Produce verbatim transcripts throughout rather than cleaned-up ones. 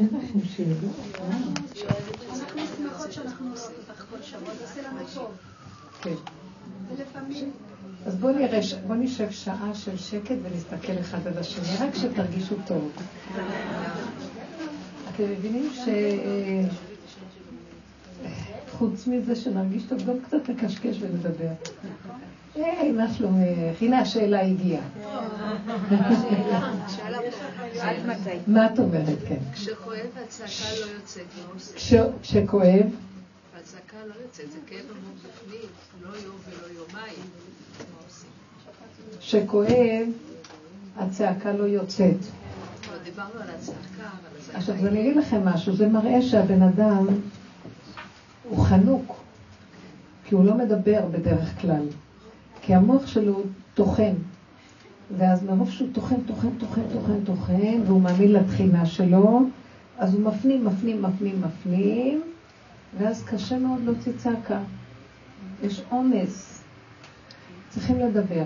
אין לכם שיהיה. זה כמו שמחות שאנחנו עושים לך כל שבוע, זה עושה לנו טוב. כן. ולפעמים... אז בואו נראה, בואו נשב שעה של שקט ונסתכל אחד על השני, רק שתרגישו טוב. אתם מבינים ש... חוץ מזה שנרגיש טוב, גם קצת לקשקש ולדבר. היי, מה שלומך? הנה השאלה הגיעה. מה את אומרת, כן? כשכואב הצעקה לא יוצאת, מה עושים? כשכואב? הצעקה לא יוצאת, זה כאב עמוק בפנים, לא יום ולא יומיים. מה עושים? כשכואב, הצעקה לא יוצאת. לא דיברנו על הצעקה, אבל הצעקה... עכשיו, אני אגיד לכם משהו, זה מראה שהבן אדם הוא חנוק, כי הוא לא מדבר בדרך כלל. כי המוח שלו תוכן, ואז מרוב שהוא תוכן, תוכן, תוכן, תוכן, תוכן, והוא מאמין לתחינה שלו, אז הוא מפנים, מפנים, מפנים, מפנים, ואז קשה מאוד להוציא צעקה. יש עומס. צריכים לדבר.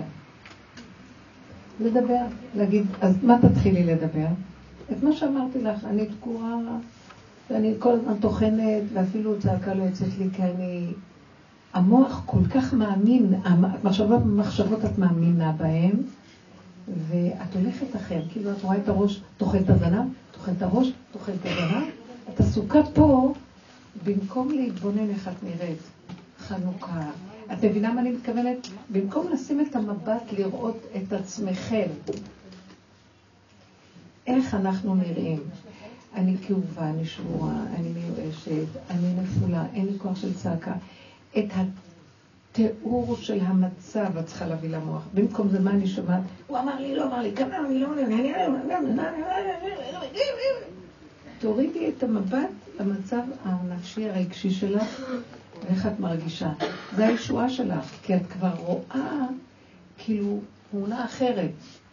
לדבר, להגיד, אז מה תתחילי לדבר? את מה שאמרתי לך, אני תקועה, ואני כל הזמן תוכנת, ואפילו צעקה לא יוצאת לי, כי אני... המוח כל כך מאמין, המחשבות במחשבות את מאמינה בהן, ואת הולכת אחר, כאילו את רואה את הראש, תאכל את הזנב, תאכל את הראש, תאכל את הזנב, את עסוקה פה, במקום להתבונן איך את נראית, חנוכה. את מבינה מה אני מתכוונת? במקום לשים את המבט לראות את עצמכם, איך אנחנו נראים. אני כאובה, אני שבורה, אני מיואשת, אני נפולה, אין לי כוח של צעקה. את התיאור של המצב את צריכה להביא למוח. במקום זה מה אני שומעת? הוא אמר לי, לא אמר לי, גם אמר לי, לא אמר לי, תורידי את המבט למצב הנפשי הרגשי שלך, ואיך את מרגישה. זה הישועה שלך, כי את כבר רואה כאילו תמונה אחרת.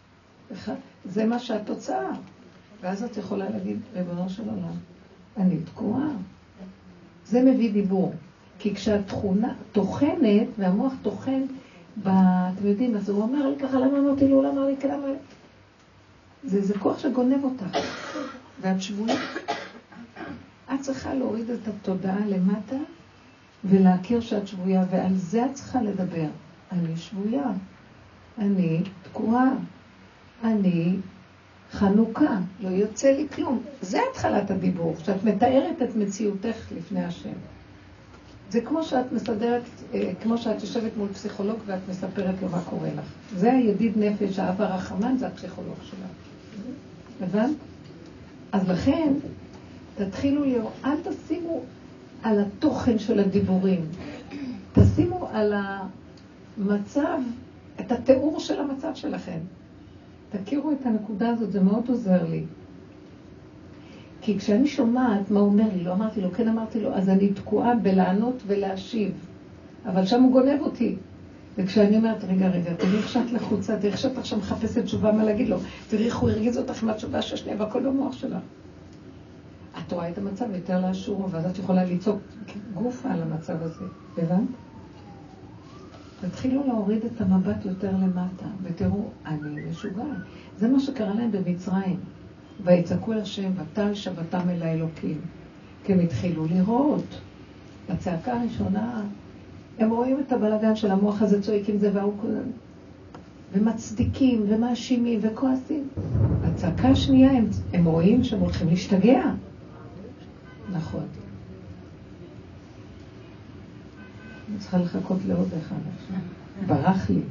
זה מה שהתוצאה. ואז את יכולה להגיד, ריבונו של עולם, אני תקועה. זה מביא דיבור. כי כשהתכונה תוכנת, והמוח תוכן, אתם יודעים, אז הוא אומר לי ככה, למה אמרתי לו, למה אמר לי כלמה? זה, זה כוח שגונב אותך. ואת שבויה. את צריכה להוריד את התודעה למטה, ולהכיר שאת שבויה, ועל זה את צריכה לדבר. אני שבויה. אני תקועה. אני חנוכה. לא יוצא לי כלום. זה התחלת הדיבור, שאת מתארת את מציאותך לפני השם. זה כמו שאת מסדרת, כמו שאת יושבת מול פסיכולוג ואת מספרת לו מה קורה לך. זה הידיד נפש, האב הרחמן, זה הפסיכולוג שלה. הבנת? אז לכן, תתחילו לראות, אל תשימו על התוכן של הדיבורים. תשימו על המצב, את התיאור של המצב שלכם. תכירו את הנקודה הזאת, זה מאוד עוזר לי. כי כשאני שומעת מה הוא אומר לי, לא אמרתי לו, כן אמרתי לו, אז אני תקועה בלענות ולהשיב. אבל שם הוא גונב אותי. וכשאני אומרת, רגע, רגע, תראי איך שאת לחוצה, תראי איך שאת עכשיו מחפשת תשובה מה להגיד לו, תראי איך הוא הרגיז אותך עם התשובה שהשנייה, והכל במוח שלה. את רואה את המצב יותר לאשור, ואז את יכולה ליצוק גופה על המצב הזה. הבנת? תתחילו להוריד את המבט יותר למטה, ותראו, אני משוגע. זה מה שקרה להם במצרים. ויצעקו אל השם, ותל שבתם אל האלוקים. כי הם התחילו לראות. בצעקה הראשונה, הם רואים את הבלגן של המוח הזה, צועקים זה והוא כולם. ומצדיקים, ומאשימים, וכועסים. בצעקה השנייה, הם, הם רואים שהם הולכים להשתגע. נכון. אני צריכה לחכות לעוד אחד עכשיו. ברח לי.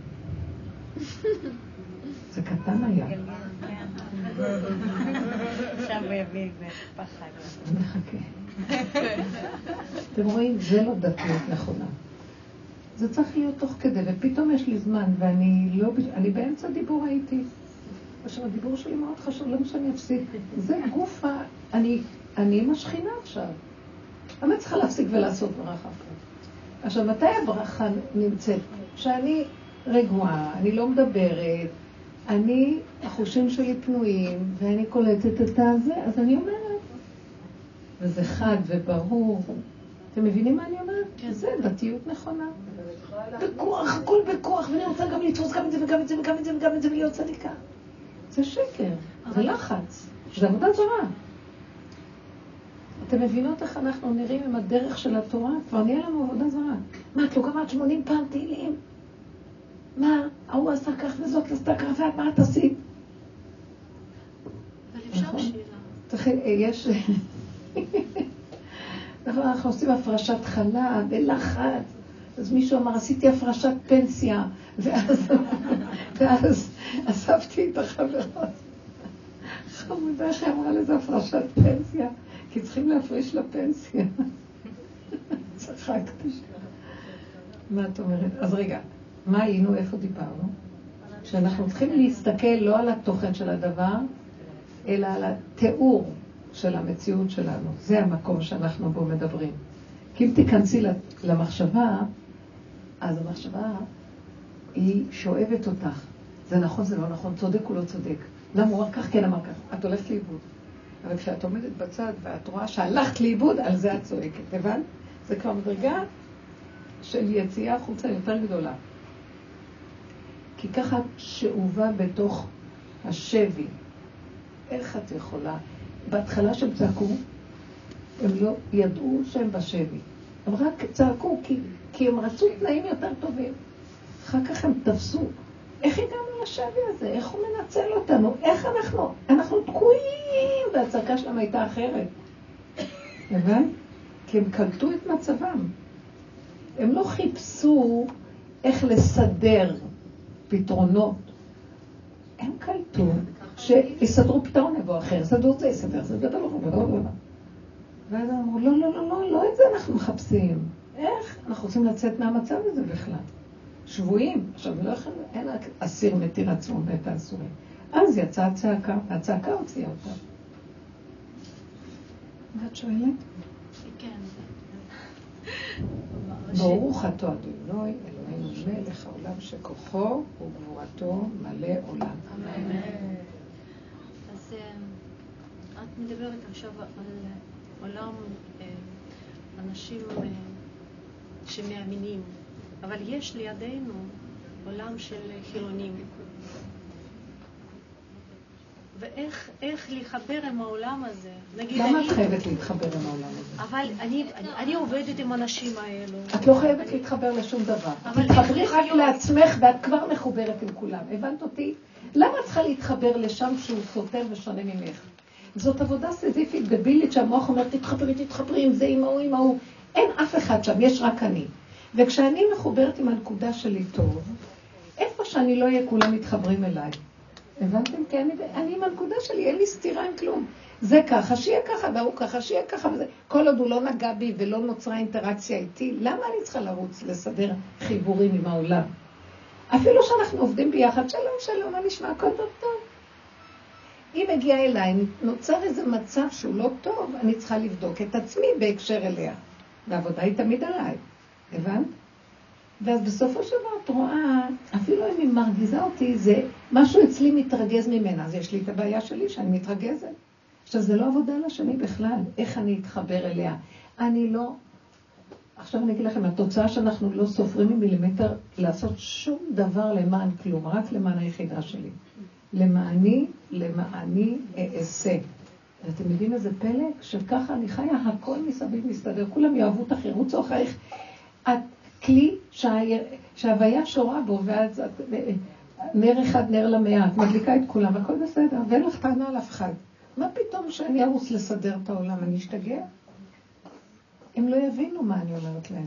זה קטן היה. עכשיו הוא יביא את זה, פחד. אני מחכה. אתם רואים, זה לא דתיות נכונה. זה צריך להיות תוך כדי, ופתאום יש לי זמן, ואני לא, אני באמצע דיבור הייתי. עכשיו, הדיבור שלי מאוד חשוב, לא משנה אפסיק. זה גופה, אני, אני עם השכינה עכשיו. אני צריכה להפסיק ולעשות ברכה. עכשיו, מתי הברכה נמצאת? שאני רגועה, אני לא מדברת, אני, החושים שלי פנויים, ואני קולטת את הזה, אז אני אומרת. וזה חד וברור. אתם מבינים מה אני אומרת? זה דתיות נכונה. בכוח, הכל בכוח, ואני רוצה גם לתפוס גם את זה וגם את זה וגם את זה וגם את זה ולהיות צדיקה. זה שקר, זה לחץ, זה עבודה זרה. אתם מבינות איך אנחנו נראים עם הדרך של התורה? כבר נהיה לנו עבודה זרה. מה, את לא גמרת שמונים פעם תהילים? מה, ההוא עשה כך וזאת עשתה כך, ואת מה את עשית? אבל אפשר שאלה. יש... נכון, אנחנו עושים הפרשת חלה ולחץ. אז מישהו אמר, עשיתי הפרשת פנסיה, ואז, ואז אספתי את החברות. חמודה שאמרה לזה הפרשת פנסיה, כי צריכים להפריש לפנסיה. צחקתי. מה את אומרת? אז רגע, מה היינו, איפה דיברנו? שאנחנו צריכים להסתכל לא על התוכן של הדבר, אלא על התיאור של המציאות שלנו. זה המקום שאנחנו בו מדברים. כי אם תיכנסי למחשבה, אז המחשבה היא שואבת אותך. זה נכון, זה לא נכון, צודק או לא צודק. למה הוא אמר כך, כן אמר כך. את הולכת לאיבוד. אבל כשאת עומדת בצד ואת רואה שהלכת לאיבוד, על זה את צועקת. הבן? זה כבר מדרגה של יציאה החוצה יותר גדולה. כי ככה שאובה בתוך השבי. איך את יכולה? בהתחלה שהם צעקו, הם לא ידעו שהם בשבי. הם רק צעקו כי, כי הם רצו תנאים יותר טובים. אחר כך הם תפסו. איך הגענו לשבי הזה? איך הוא מנצל אותנו? איך אנחנו? אנחנו תקועים! והצעקה שלהם הייתה אחרת. הבן? כי הם קלטו את מצבם. הם לא חיפשו איך לסדר פתרונות. הם קלטו שיסדרו פתרון יבוא אחר. יסדרו זה, יסדר זה, יסדר לא, לא, לא. ואז אמרו, לא, לא, לא, לא, לא את זה אנחנו מחפשים. איך? אנחנו רוצים לצאת מהמצב הזה בכלל. שבועים. עכשיו, לא יכולים, אין רק אסיר מתיר עצמו ואת האסורים. אז יצאה הצעקה, והצעקה הוציאה אותה. ואת שואלת? כן. ברוך אתה אדוני, אלוהינו מלך העולם שכוחו וגבורתו מלא עולם. אמן. אז את מדברת עכשיו על עולם אנשים שמאמינים, אבל יש לידינו עולם של חילונים. ואיך איך להתחבר עם העולם הזה? נגיד, למה אני, את חייבת להתחבר עם העולם הזה? אבל אני, אני, אני עובדת עם האנשים האלו. את לא חייבת להתחבר לשום דבר. אבל תתחברי איך רק לחיות? לעצמך ואת כבר מחוברת עם כולם. הבנת אותי? למה את צריכה להתחבר לשם שהוא סותר ושונה ממך? זאת עבודה סזיפית דבילית שהמוח אומר תתחברי, תתחברי עם זה, עם ההוא, עם ההוא. אין אף אחד שם, יש רק אני. וכשאני מחוברת עם הנקודה שלי טוב, איפה שאני לא אהיה כולם מתחברים אליי. הבנתם? כי אני, אני עם הנקודה שלי, אין לי סתירה עם כלום. זה ככה, שיהיה ככה, והוא ככה, שיהיה ככה, וזה. כל עוד הוא לא נגע בי ולא נוצרה אינטראקציה איתי, למה אני צריכה לרוץ לסדר חיבורים עם העולם? אפילו שאנחנו עובדים ביחד, שלום, שלום, מה נשמע? הכל טוב טוב. אם מגיעה אליי, נוצר איזה מצב שהוא לא טוב, אני צריכה לבדוק את עצמי בהקשר אליה. והעבודה היא תמיד עליי. הבנת? ואז בסופו של דבר את רואה, אפילו אם היא מרגיזה אותי, זה משהו אצלי מתרגז ממנה. אז יש לי את הבעיה שלי שאני מתרגזת. עכשיו, זה לא עבודה לשני בכלל. איך אני אתחבר אליה? אני לא... עכשיו אני אגיד לכם, התוצאה שאנחנו לא סופרים ממילימטר לעשות שום דבר למען כלום, רק למען היחידה שלי. למעני, למעני אעשה. ואתם יודעים איזה פלא? שככה אני חיה, הכל מסביב מסתדר. כולם יאהבו את אחר, רוצו אחריך. את... כלי שההוויה שורה בו, ואז את, נר אחד נר למאה, את מדליקה את כולם, הכל בסדר, ואין לך טענה על אף אחד. מה פתאום שאני ארוץ לסדר את העולם? אני אשתגע? הם לא יבינו מה אני אומרת להם.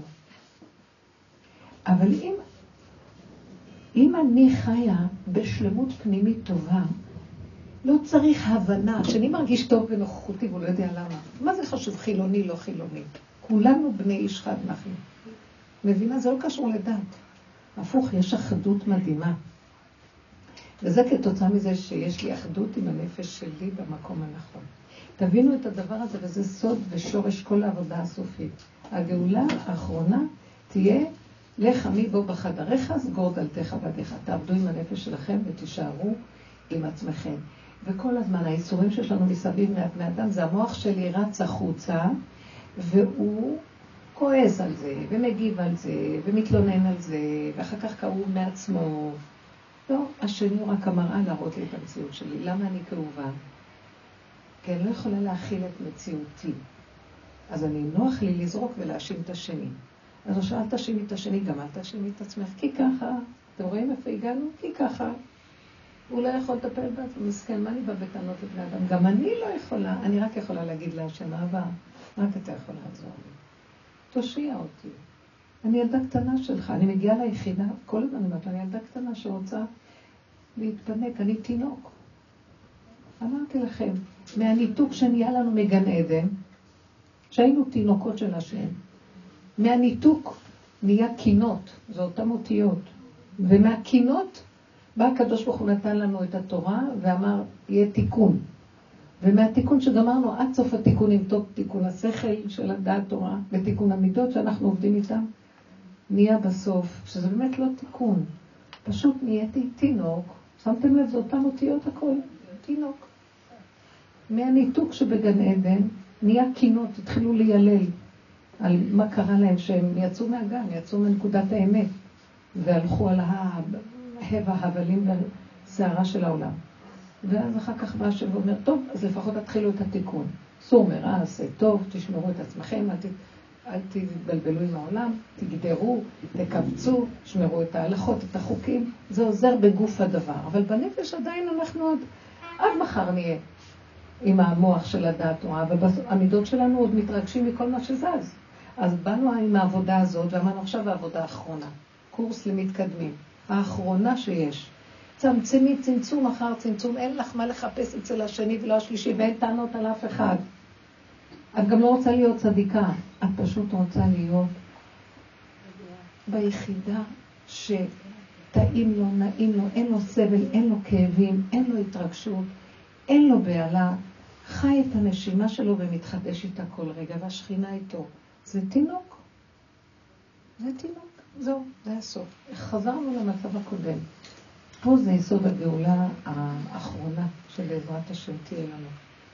אבל אם, אם אני חיה בשלמות פנימית טובה, לא צריך הבנה, שאני מרגיש טוב בנוכחותי, והוא לא יודע למה. מה זה חשוב חילוני, לא חילוני? כולנו בני איש חד אנחנו. מבינה, זה לא קשור לדת. הפוך, יש אחדות מדהימה. וזה כתוצאה מזה שיש לי אחדות עם הנפש שלי במקום הנכון. תבינו את הדבר הזה, וזה סוד ושורש כל העבודה הסופית. הגאולה האחרונה תהיה, לך עמי בו בחדריך, סגור דלתך בדיך. תעבדו עם הנפש שלכם ותישארו עם עצמכם. וכל הזמן, האיסורים שיש לנו מסביב מהאדם, זה המוח שלי רץ החוצה, והוא... כועס על זה, ומגיב על זה, ומתלונן על זה, ואחר כך כאוב מעצמו. לא, השני הוא רק המראה להראות לי את המציאות שלי. למה אני כאובה? כי אני לא יכולה להכיל את מציאותי. אז אני נוח לי לזרוק ולהאשים את השני. אז עכשיו אל תאשימי את השני, גם אל תאשימי את עצמך, כי ככה, אתם רואים איפה הגענו? כי ככה. הוא לא יכול לטפל בה, הוא מסכן, מה אני בא בטענות לבני אדם? גם אני לא יכולה, אני רק יכולה להגיד לה, השנה הבאה, רק אתה יכול לעזור לי. תושיע אותי. אני ילדה קטנה שלך, אני מגיעה ליחידה, כל הזמן אני אומרת, אני ילדה קטנה שרוצה להתפנק, אני תינוק. אמרתי לכם, מהניתוק שנהיה לנו מגן עדן, שהיינו תינוקות של השם, מהניתוק נהיה קינות, זה אותם אותיות, ומהקינות בא הקדוש ברוך הוא נתן לנו את התורה ואמר, יהיה תיקון. ומהתיקון שגמרנו, עד סוף התיקון נמתוק תיקון השכל של הדעת תורה, ותיקון המידות שאנחנו עובדים איתם, נהיה בסוף, שזה באמת לא תיקון. פשוט נהייתי תינוק, שמתם לב, זה אותם אותיות הכל, תינוק. מהניתוק שבגן עדן, נהיה קינות, התחילו לילל על מה קרה להם, שהם יצאו מהגן, יצאו מנקודת האמת, והלכו על ההבא, הבלים והשערה של העולם. ואז אחר כך בא השם ואומר, טוב, אז לפחות תתחילו את התיקון. סור מרע, עשה טוב, תשמרו את עצמכם, אל, ת, אל תתבלבלו עם העולם, תגדרו, תקבצו, תשמרו את ההלכות, את החוקים. זה עוזר בגוף הדבר. אבל בנפש עדיין אנחנו עוד, עד מחר נהיה עם המוח של הדעת תורה, והמידות שלנו עוד מתרגשים מכל מה שזז. אז באנו עם העבודה הזאת, ואמרנו עכשיו העבודה האחרונה. קורס למתקדמים. האחרונה שיש. צמצמי, צמצום אחר צמצום, אין לך מה לחפש אצל השני ולא השלישי, ואין טענות על אף אחד. את גם לא רוצה להיות צדיקה, את פשוט רוצה להיות ביחידה שטעים לו, נעים לו, אין לו סבל, אין לו כאבים, אין לו התרגשות, אין לו בעלה, חי את הנשימה שלו ומתחדש איתה כל רגע, והשכינה איתו. זה תינוק. זה תינוק. זהו, זה הסוף. חזרנו למצב הקודם. פה זה יסוד הגאולה האחרונה שבעזרת השם תהיה לנו.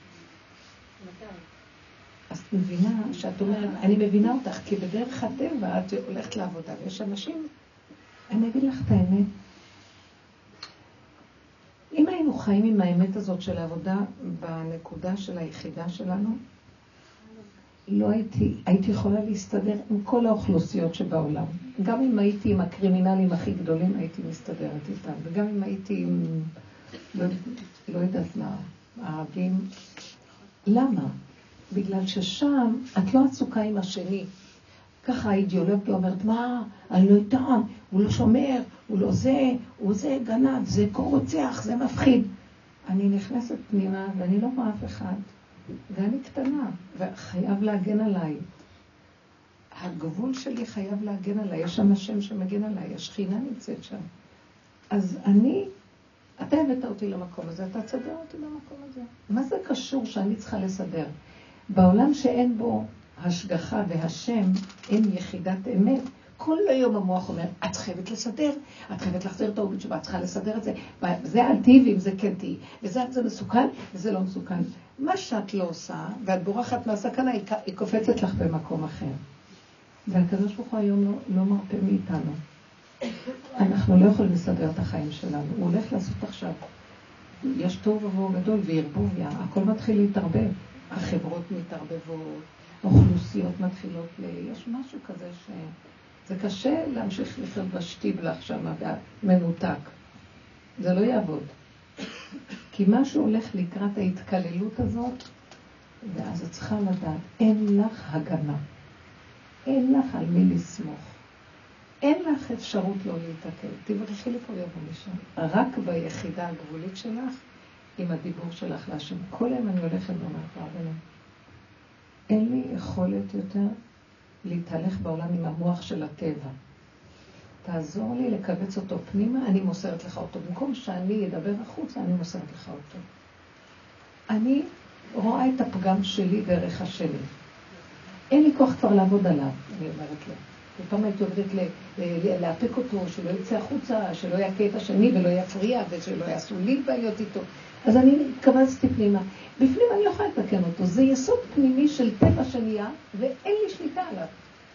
אז את מבינה שאת אומרת, אני מבינה אותך, כי בדרך הטבע את הולכת לעבודה, ויש אנשים, אני אגיד לך את האמת, אם היינו חיים עם האמת הזאת של העבודה בנקודה של היחידה שלנו, לא הייתי, הייתי יכולה להסתדר עם כל האוכלוסיות שבעולם. גם אם הייתי עם הקרימינלים הכי גדולים, הייתי מסתדרת איתם. וגם אם הייתי עם, לא, לא יודעת מה, הערבים. למה? בגלל ששם את לא עסוקה עם השני. ככה האידיאולוגיה אומרת, מה? אני לא איתם, הוא לא שומר, הוא לא זה, הוא זה גנב, זה קורצח, זה מפחיד. אני נכנסת פנימה ואני לא רואה אף אחד. ואני קטנה, וחייב להגן עליי. הגבול שלי חייב להגן עליי, יש שם השם שמגן עליי, השכינה נמצאת שם. אז אני, אתה הבאת אותי למקום הזה, אתה תסדר אותי למקום הזה. מה זה קשור שאני צריכה לסדר? בעולם שאין בו השגחה והשם, אין יחידת אמת, כל היום המוח אומר, את חייבת לסדר, את חייבת להחזיר את העובד שבה, את צריכה לסדר את זה, וזה אל תהי ואם זה כן תהי, וזה זה מסוכן וזה לא מסוכן. מה שאת לא עושה, ואת בורחת מהסכנה, היא קופצת לך במקום אחר. והקדוש ברוך הוא היום לא, לא מרפא מאיתנו. אנחנו לא יכולים לסדר את החיים שלנו. הוא הולך לעשות עכשיו. יש טוב ובוא גדול וערבוביה, הכל מתחיל להתערבב. החברות מתערבבות, אוכלוסיות מתחילות ל... יש משהו כזה ש... זה קשה להמשיך לחיות בשטיבלח שם, מנותק. זה לא יעבוד. כי משהו הולך לקראת ההתקללות הזאת, ואז את צריכה לדעת, אין לך הגנה. אין לך על מי לסמוך. אין לך אפשרות לא להתעכל. תברכי לי פה יבוא משם. רק ביחידה הגבולית שלך, עם הדיבור שלך להשם. כל יום אני הולכת ואומרת רבנו. אין לי יכולת יותר להתהלך בעולם עם המוח של הטבע. תעזור לי לקבץ אותו פנימה, אני מוסרת לך אותו. במקום שאני אדבר החוצה, אני מוסרת לך אותו. אני רואה את הפגם שלי דרך השני. אין לי כוח כבר לעבוד עליו, אני אומרת לו. ופעם הייתי עובדת להפק אותו, שלא יצא החוצה, שלא יקה את השני ולא יפריע, ושלא יעשו לי בעיות איתו. אז אני קבצתי פנימה. בפנים אני לא יכולה לתקן אותו. זה יסוד פנימי של טבע שנהיה, ואין לי שליטה עליו.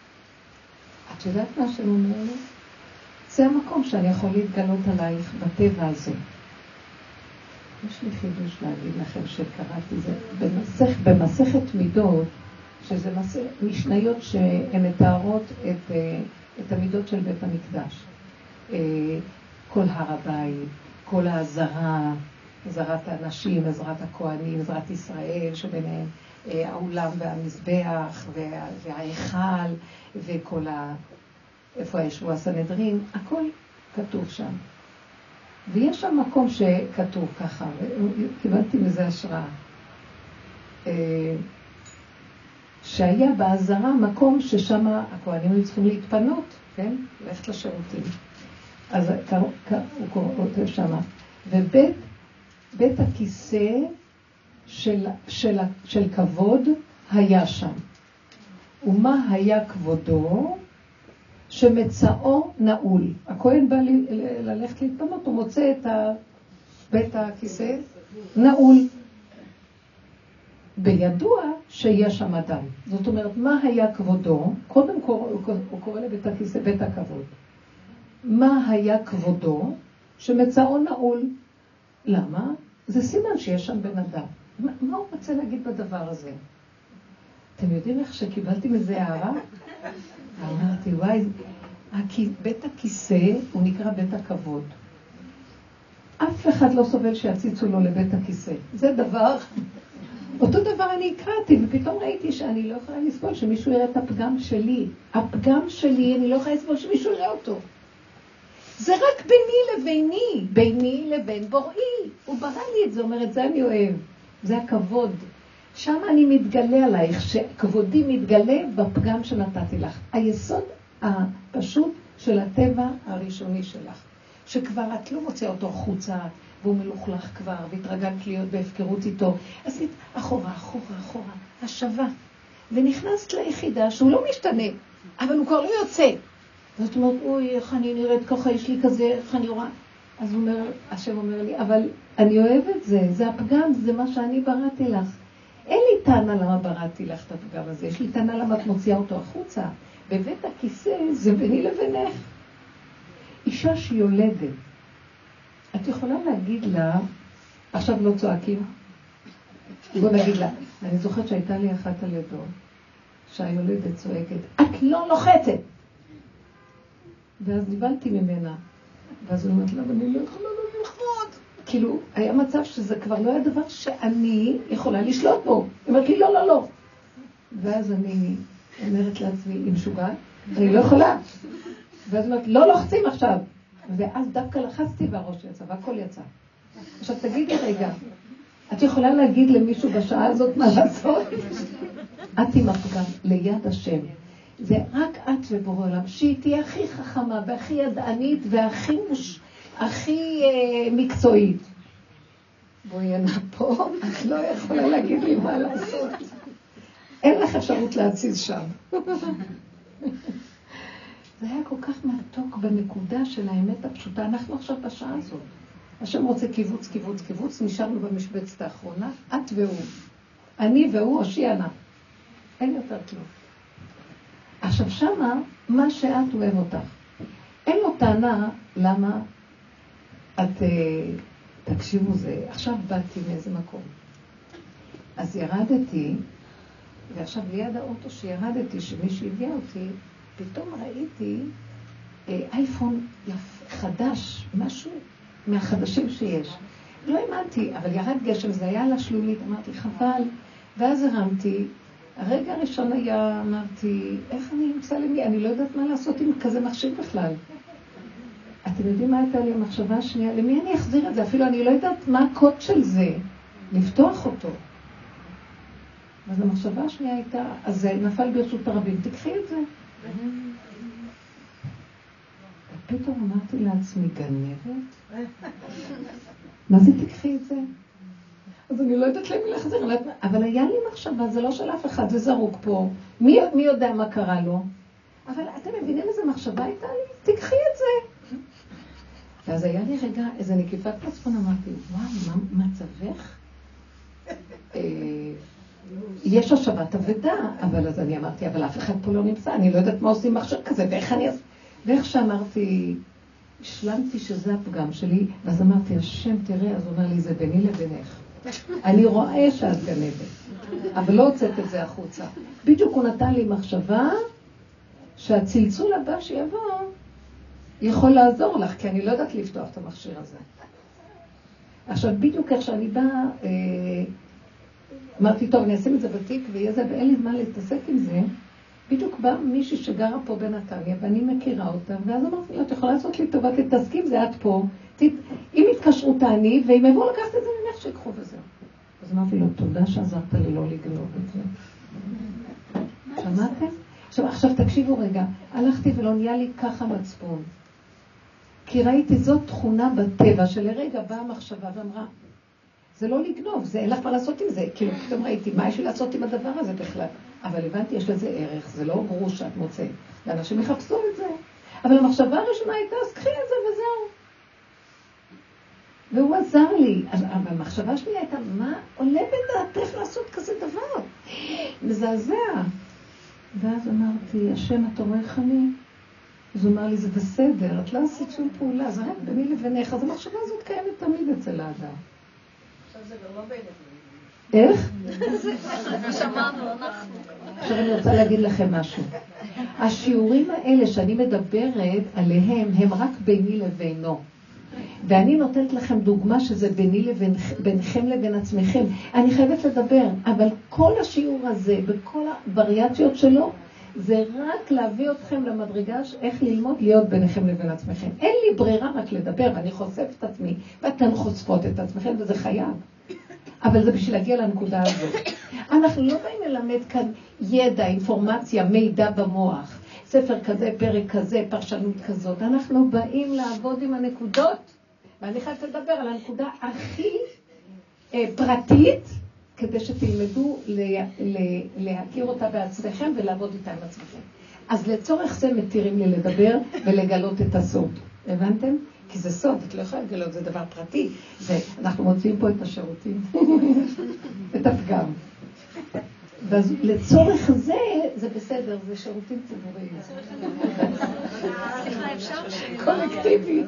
את יודעת מה שאני אומר לי? זה המקום שאני יכול להתגלות עלייך בטבע הזה. יש לי חידוש להגיד לכם שקראתי זה. במסכ, במסכת מידות, שזה משניות שהן מתארות את, את המידות של בית המקדש. כל הר הבית, כל העזרה, עזרת האנשים, עזרת הכהנים, עזרת ישראל, שביניהם העולם והמזבח וההיכל וכל ה... איפה ישבו הסנהדרין, הכל כתוב שם. ויש שם מקום שכתוב ככה, וקיבלתי מזה השראה. שהיה בעזרה מקום ששם הכהנים היו צריכים להתפנות, כן? ללכת לשירותים. אז הוא כותב שם, ובית בית הכיסא של, של, של כבוד היה שם. ומה היה כבודו? שמצאו נעול. הכהן בא ל, ל, ללכת להתפנות, הוא מוצא את בית הכיסא נעול. בידוע שיש שם אדם. זאת אומרת, מה היה כבודו? קודם כל הוא קורא לבית הכיסא בית הכבוד. מה היה כבודו? שמצאו נעול. למה? זה סימן שיש שם בן אדם. מה, מה הוא רוצה להגיד בדבר הזה? אתם יודעים איך שקיבלתי מזה הערה? אמרתי, וואי, בית הכיסא הוא נקרא בית הכבוד. אף אחד לא סובל שיציצו לו לבית הכיסא. זה דבר... אותו דבר אני הקראתי, ופתאום ראיתי שאני לא יכולה לסבול שמישהו יראה את הפגם שלי. הפגם שלי, אני לא יכולה לסבול שמישהו יראה אותו. זה רק ביני לביני, ביני לבין בוראי. הוא ברא לי את זה, אומר, את זה אני אוהב. זה הכבוד. שם אני מתגלה עלייך, שכבודי מתגלה בפגם שנתתי לך. היסוד הפשוט של הטבע הראשוני שלך. שכבר את לא מוצאה אותו חוצה, והוא מלוכלך כבר, והתרגלת להיות בהפקרות איתו. עשית אחורה, אחורה, אחורה, השווה. ונכנסת ליחידה שהוא לא משתנה, אבל הוא כבר לא יוצא. זאת אומרת, אוי, איך אני נראית ככה, יש לי כזה, איך אני רואה. אז הוא אומר, השם אומר לי, אבל אני אוהב את זה, זה הפגם, זה מה שאני בראתי לך. אין לי טענה למה בראתי לך את הפגם הזה, יש לי טענה למה את מוציאה אותו החוצה. בבית הכיסא זה ביני לבינך. אישה שיולדת, את יכולה להגיד לה, עכשיו לא צועקים, בוא נגיד לה, אני זוכרת שהייתה לי אחת על ידו, שהיולדת צועקת, את לא לוחצת. ואז ניבלתי ממנה, ואז הוא אומרת לה, אני לא יכולה ללחוץ. כאילו, היה מצב שזה כבר לא היה דבר שאני יכולה לשלוט בו. היא אומרת לי, לא, לא, לא. ואז אני אומרת לעצמי, היא משוגעת, אני לא יכולה. ואז אומרת, לא לוחצים עכשיו. ואז דווקא לחצתי והראש יצא, והכל יצא. עכשיו תגידי רגע, את יכולה להגיד למישהו בשעה הזאת מה לעשות? את עם הפגם ליד השם. זה רק את ובורא עולם, שהיא תהיה הכי חכמה והכי ידענית והכי מוש... הכי אה, מקצועית. בואי הנה פה, את לא יכולה להגיד לי מה לעשות. אין לך אפשרות להציז שם. זה היה כל כך מתוק בנקודה של האמת הפשוטה. אנחנו עכשיו בשעה הזאת. השם רוצה קיבוץ, קיבוץ, קיבוץ. נשארנו במשבצת האחרונה. את והוא. אני והוא הושיענה. אין יותר כלום. עכשיו שמה, מה שאת אוהב אותך. אין לו טענה למה את... תקשיבו זה. עכשיו באתי מאיזה מקום. אז ירדתי, ועכשיו ליד האוטו שירדתי, שמישהו הביאה אותי, פתאום ראיתי אייפון חדש, משהו מהחדשים שיש. לא האמנתי, אבל ירד גשם, זה היה על השלולית, אמרתי, חבל. ואז הרמתי, הרגע הראשון היה, אמרתי, איך אני אמצא למי? אני לא יודעת מה לעשות עם כזה מחשב בכלל. אתם יודעים מה הייתה לי המחשבה השנייה? למי אני אחזיר את זה? אפילו אני לא יודעת מה הקוד של זה, לפתוח אותו. אז המחשבה השנייה הייתה, אז זה נפל ברשות הרבים, תקחי את זה. ופתאום אמרתי לעצמי, גנבת? מה זה תקחי את זה? אז אני לא יודעת למי להחזיר, אבל היה לי מחשבה, זה לא של אף אחד, זה זרוק פה. מי, מי יודע מה קרה לו? אבל אתם מבינים איזה מחשבה הייתה לי? תקחי את זה. ואז היה לי רגע, איזה נקיפת מצפון, אמרתי, וואו, מה מצבך? יש השבת אבדה, אבל אז אני אמרתי, אבל אף אחד פה לא נמצא, אני לא יודעת מה עושים מחשב כזה, ואיך אני... ואיך שאמרתי, השלמתי שזה הפגם שלי, ואז אמרתי, השם תראה, אז הוא אומר לי, זה ביני לבינך. אני רואה שאת גנבת, אבל לא הוצאת את זה החוצה. בדיוק הוא נתן לי מחשבה שהצלצול הבא שיבוא יכול לעזור לך, כי אני לא יודעת לפתוח את המכשיר הזה. עכשיו, בדיוק איך שאני באה, אה, אמרתי, טוב, אני אשים את זה בתיק ויהיה זה, ואין לי זמן להתעסק עם זה. בדיוק בא מישהי שגרה פה בנתניה, ואני מכירה אותה, ואז אמרתי לה, את יכולה לעשות לי טובה, תתעסקי עם זה, את פה. תת... אם יתקשרו תעני, ואם יבואו לקחת את זה, נניח שיקחו וזהו. אז אמרתי לו, תודה שעזרת לי לא לגנוב את זה. שמעתם? עכשיו, עכשיו תקשיבו רגע, הלכתי ולא נהיה לי ככה מצפון. כי ראיתי זאת תכונה בטבע, שלרגע באה המחשבה ואמרה, זה לא לגנוב, זה אין לך מה לעשות עם זה. כאילו, פתאום ראיתי, מה יש לי לעשות עם הדבר הזה בכלל? אבל הבנתי, יש לזה ערך, זה לא גרוש שאת מוצאת. ואנשים יחפשו את זה. אבל המחשבה הראשונה הייתה, אז קחי את זה וזהו. והוא עזר לי. אבל המחשבה שלי הייתה, מה עולה בדעתך לעשות כזה דבר? מזעזע. ואז אמרתי, השם, אתה רואה איך אני? אז הוא אמר לי, זה בסדר, את לא עשית שום פעולה, זה רק ביני לבינך. אז המחשבה הזאת קיימת תמיד אצל האדם. עכשיו זה גם לא ביני. איך? שמענו, אנחנו. עכשיו אני רוצה להגיד לכם משהו. השיעורים האלה שאני מדברת עליהם הם רק ביני לבינו. ואני נותנת לכם דוגמה שזה ביני לבין, ביניכם לבין עצמכם. אני חייבת לדבר, אבל כל השיעור הזה, בכל הווריאציות שלו, זה רק להביא אתכם למדרגה איך ללמוד להיות ביניכם לבין עצמכם. אין לי ברירה רק לדבר, ואני חושף את עצמי, ואתן חושפות את עצמכם, וזה חייב. אבל זה בשביל להגיע לנקודה הזאת. אנחנו לא באים ללמד כאן ידע, אינפורמציה, מידע במוח. ספר כזה, פרק כזה, פרשנות כזאת. אנחנו באים לעבוד עם הנקודות, ואני חייבת לדבר על הנקודה הכי אה, פרטית, כדי שתלמדו לה, לה, להכיר אותה בעצמכם ולעבוד איתה עם עצמכם. אז לצורך זה מתירים לי לדבר ולגלות את הסוד. הבנתם? כי זה סוד, את לא יכולה לגלות, זה דבר פרטי. ואנחנו מוצאים פה את השירותים, את הפגם. ולצורך זה, זה בסדר, זה שירותים ציבוריים. סליחה, אפשר? קולקטיבי.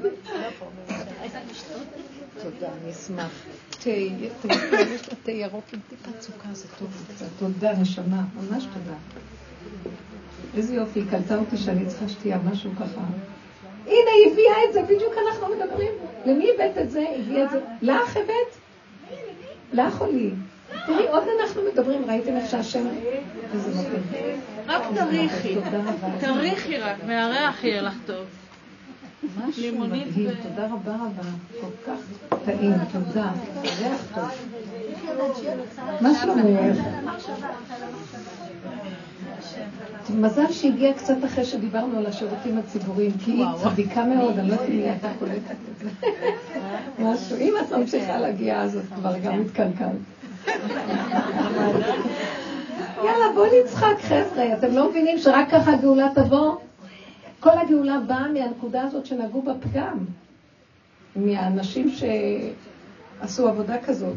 תודה, אני אשמח. תה, יש לה תה ירוק עם טיפה צוקה, זה טוב קצת. תודה, נשמה, ממש תודה. איזה יופי, היא קלטה אותי שאני צריכה שתהיה משהו ככה. הנה, היא הביאה את זה, בדיוק אנחנו מדברים. למי הבאת את זה? הביאה את זה. לך הבאת? לך או לי? תראי, עוד אנחנו מדברים, ראיתם איך שהשם... איזה מבין. רק תריחי. תריחי רק, מהריח יהיה לך טוב. משהו מדהים, תודה רבה רבה. כל כך טעים, תודה. ריח טוב. מה שלומך? מזל שהגיע קצת אחרי שדיברנו על השירותים הציבוריים, כי היא צדיקה מאוד, אני לא יודעת מי הייתה קולטת את זה. משהו, אם את ממשיכה להגיע, אז את כבר גם מתקלקלת. יאללה, בואו נצחק, חבר'ה, אתם לא מבינים שרק ככה הגאולה תבוא? כל הגאולה באה מהנקודה הזאת שנגעו בפגם, מהאנשים שעשו עבודה כזאת.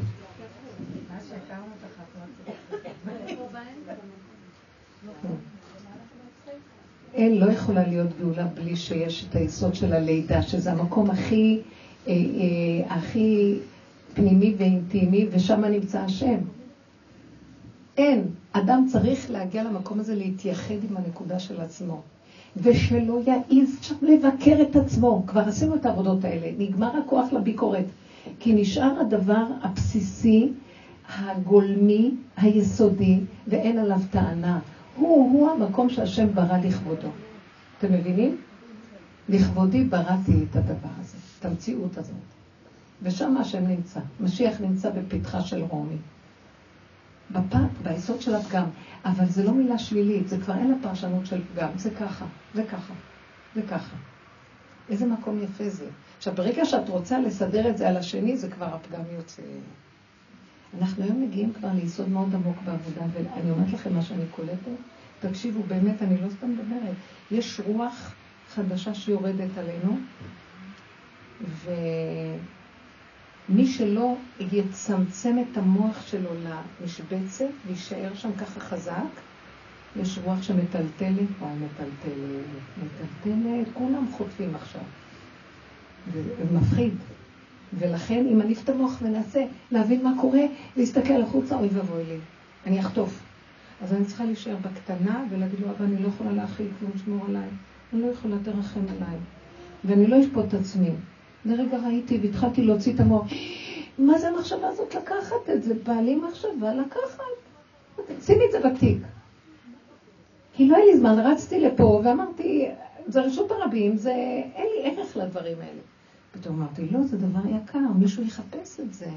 אין, לא יכולה להיות גאולה בלי שיש את היסוד של הלידה, שזה המקום הכי, אה, אה, הכי פנימי ואינטימי, ושם נמצא השם. אין, אדם צריך להגיע למקום הזה להתייחד עם הנקודה של עצמו, ושלא יעיז שם לבקר את עצמו. כבר עשינו את העבודות האלה, נגמר הכוח לביקורת, כי נשאר הדבר הבסיסי, הגולמי, היסודי, ואין עליו טענה. הוא, הוא המקום שהשם ברא לכבודו. אתם מבינים? לכבודי בראתי את הדבר הזה, את המציאות הזאת. ושם השם נמצא. משיח נמצא בפתחה של רומי. בפת, ביסוד של הפגם. אבל זה לא מילה שלילית, זה כבר אין לה פרשנות של פגם. זה ככה, זה ככה, זה ככה. איזה מקום יפה זה. עכשיו, ברגע שאת רוצה לסדר את זה על השני, זה כבר הפגם יוצא. אנחנו היום מגיעים כבר ליסוד מאוד עמוק בעבודה, ואני אומרת לכם מה שאני קולטת, תקשיבו, באמת, אני לא סתם מדברת. יש רוח חדשה שיורדת עלינו, ומי שלא יצמצם את המוח שלו למשבצת, וישאר שם ככה חזק, יש רוח שמטלטלת, וואי, מטלטלת, מטלטלת, כולם חוטפים עכשיו. ומפחיד. ולכן אם אני אפתמוך ונעשה, להבין מה קורה, להסתכל החוצה, אוי ואבוי לי, אני אחטוף. אז אני צריכה להישאר בקטנה ולהגיד לו, אבא, אני לא יכולה להכיל כלום, שמור עליי. אני לא יכולה תרחם עליי. ואני לא אשפוט את עצמי. לרגע ראיתי והתחלתי להוציא את המוח. מה זה המחשבה הזאת לקחת את זה? בעלי מחשבה לקחת. שימי את זה בתיק. כי לא היה לי זמן, רצתי לפה ואמרתי, זה רשות הרבים, זה, אין לי ערך לדברים האלה. פתאום אמרתי, לא, זה דבר יקר, מישהו יחפש את זה.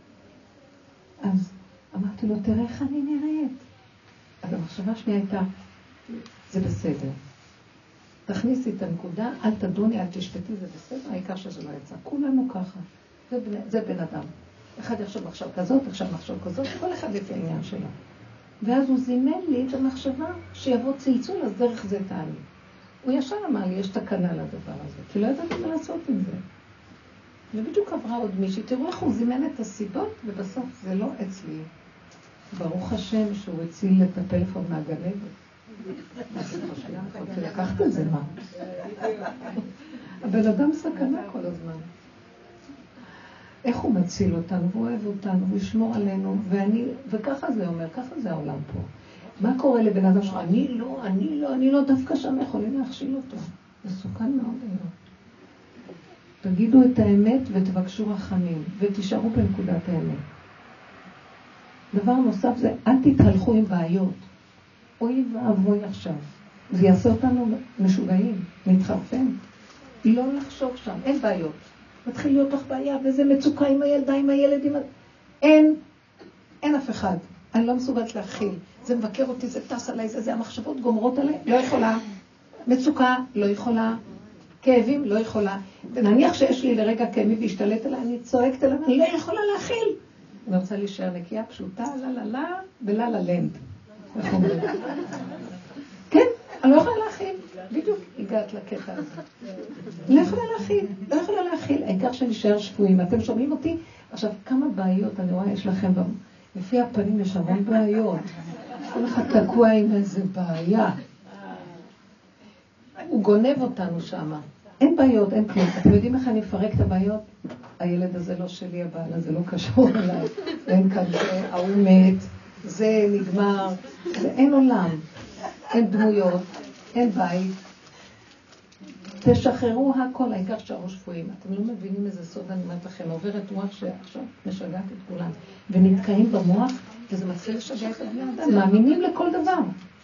אז אמרתי לו, תראה איך אני נראית. אז המחשבה שנייה הייתה, זה בסדר. תכניסי את הנקודה, אל תדוני, אל תשפטי, זה בסדר, העיקר שזה לא יצא. כולנו ככה. זה בן, זה בן אדם. אחד יחשוב מחשב כזאת, עכשיו מחשב כזאת, כל אחד לפי העניין שלו. ואז הוא זימן לי את המחשבה שיבוא צלצול, אז דרך זה תעלי. הוא ישר אמר לי, יש תקנה לדבר הזה, כי לא ידעתי מה לעשות עם זה. ובדיוק עברה עוד מישהי, תראו איך הוא זימן את הסיבות, ובסוף זה לא אצלי. ברוך השם שהוא הציל את הפלאפון מהגנבת. מה זה חושב? יכולתי לקחת את זה, מה? הבן אדם סכנה כל הזמן. איך הוא מציל אותנו, והוא אוהב אותנו, והוא ישמור עלינו, ואני, וככה זה אומר, ככה זה העולם פה. מה קורה לבן אדם שלך? אני לא, אני לא, אני לא, דווקא שם יכולים להכשיל אותו. מסוכן מאוד היום. תגידו את האמת ותבקשו רחמים, ותישארו בנקודת האמת. דבר נוסף זה, אל תתהלכו עם בעיות. אוי ואבוי עכשיו. זה יעשה אותנו משוגעים, נתחרפן. לא לחשוב שם, אין בעיות. מתחיל להיות לך בעיה, וזה מצוקה עם הילדה, עם הילד, עם... אין, אין אף אחד. אני לא מסוגלת להכיל. זה מבקר אותי, זה טס עליי, זה, זה המחשבות גומרות עליי, לא יכולה. מצוקה, לא יכולה. כאבים, לא יכולה. ונניח שיש לי לרגע כאבים והשתלט עליי, אני צועקת עליו, אני לא יכולה להכיל. אני רוצה להישאר נקייה פשוטה, לה לה לה, ולה לה לנד. כן, אני לא יכולה להכיל. בדיוק הגעת לקטע הזה. לא יכולה להכיל, לא יכולה להכיל. העיקר שנשאר שפויים. אתם שומעים אותי? עכשיו, כמה בעיות אני רואה יש לכם, לפי הפנים יש המון בעיות. כל אחד תקוע עם איזה בעיה. הוא גונב אותנו שם. אין בעיות, אין כלום. אתם יודעים איך אני אפרק את הבעיות? הילד הזה לא שלי, הבעל הזה לא קשור אליי. אין כאן זה, ההוא מת, זה נגמר. זה אין עולם. אין דמויות, אין בית. תשחררו הכל, העיקר שערו שפויים. אתם לא מבינים איזה סוד אני אומרת לכם. עוברת רוח שעכשיו משגעת את כולם. ונתקעים במוח, וזה מתחיל לשגע את הבני אדם. מאמינים לכל דבר.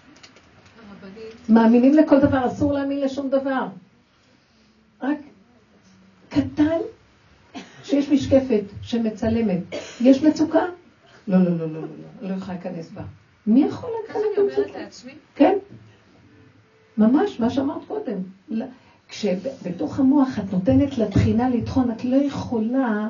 מאמינים לכל דבר, אסור להאמין לשום דבר. רק קטן שיש משקפת שמצלמת. יש מצוקה? לא, לא, לא, לא, לא, לא יכולה להיכנס בה. מי יכול להיכנס בה? אני אומרת לעצמי? כן. ממש, מה שאמרת קודם. כשבתוך המוח את נותנת לתחינה לתחון, את לא יכולה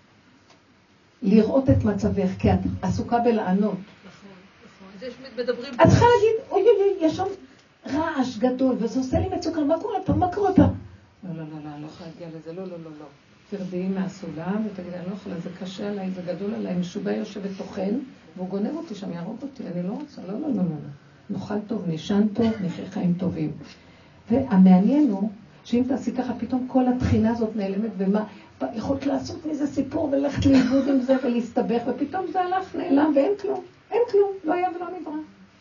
לראות את מצבך, כי את עסוקה בלענות. את צריכה להגיד, אוי, אוי, יש שם רעש גדול, וזה עושה לי מצוקה, מה קורה פה, מה קורה פה? לא, לא, לא, לא, אני לא יכולה להגיע לזה, לא, לא, לא, לא. תרדיעי מהסולם, ותגידי, אני לא יכולה, זה קשה עליי, זה גדול עליי, משוגע יושב ותוכן, והוא גונב אותי שם, יהרוג אותי, אני לא רוצה, לא, לא, לא, לא. נאכל טוב, נישן טוב, נחיה חיים טובים. והמעניין הוא, שאם תעשי ככה, פתאום כל התחינה הזאת נעלמת, ומה, יכולת לעשות מזה סיפור, ולכת לאיבוד עם זה, ולהסתבך, ופתאום זה הלך, נעלם, ואין כלום. אין כלום, לא היה ולא נברא.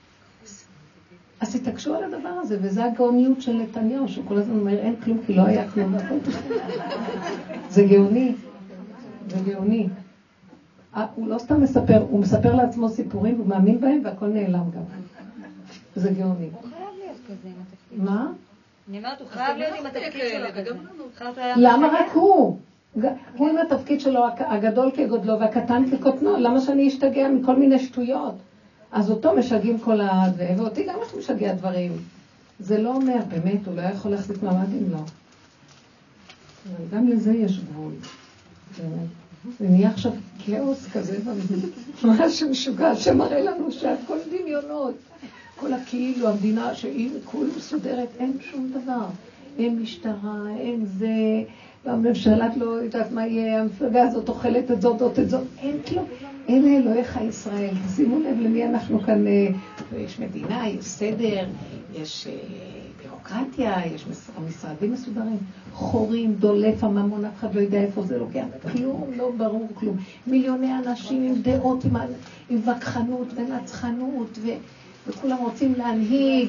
אז תתעקשו על הדבר הזה, וזה הגאוניות של נתניהו, שהוא כל הזמן אומר, אין כלום, כי לא היה כלום. זה גאוני, זה גאוני. הוא לא סתם מספר, הוא מספר לעצמו סיפורים, הוא מאמין בהם, והכל נעלם גם. זה גאוני. הוא חייב להיות כזה עם התפקיד. מה? אני אומרת, הוא חייב להיות עם התפקיד שלו כזה. למה רק הוא? הוא עם התפקיד שלו, הגדול כגודלו והקטן כקוטנו, למה שאני אשתגע מכל מיני שטויות? אז אותו משגעים כל הזה, ואותי גם איך משגע דברים. זה לא אומר, באמת, הוא לא יכול להחזיק מעמד אם לא. אבל גם לזה יש גבול. זה נהיה עכשיו כאוס כזה, משהו משוגע שמראה לנו שהכל דמיונות. כל הכאילו, המדינה שהיא כול מסודרת, אין שום דבר. אין משטרה, אין זה... והממשלה לא יודעת מה יהיה, המפלגה הזאת אוכלת את זאת, זאת, את זאת, אין כלום. אלה אלוהיך ישראל, שימו לב למי אנחנו כאן, יש מדינה, יש סדר, יש בירוקרטיה, יש משרדים מסודרים, חורים, דולף, הממון, אף אחד לא יודע איפה זה לוקח, כלום, לא ברור כלום. מיליוני אנשים עם דעות, עם, עם וכחנות ונצחנות, ו, וכולם רוצים להנהיג.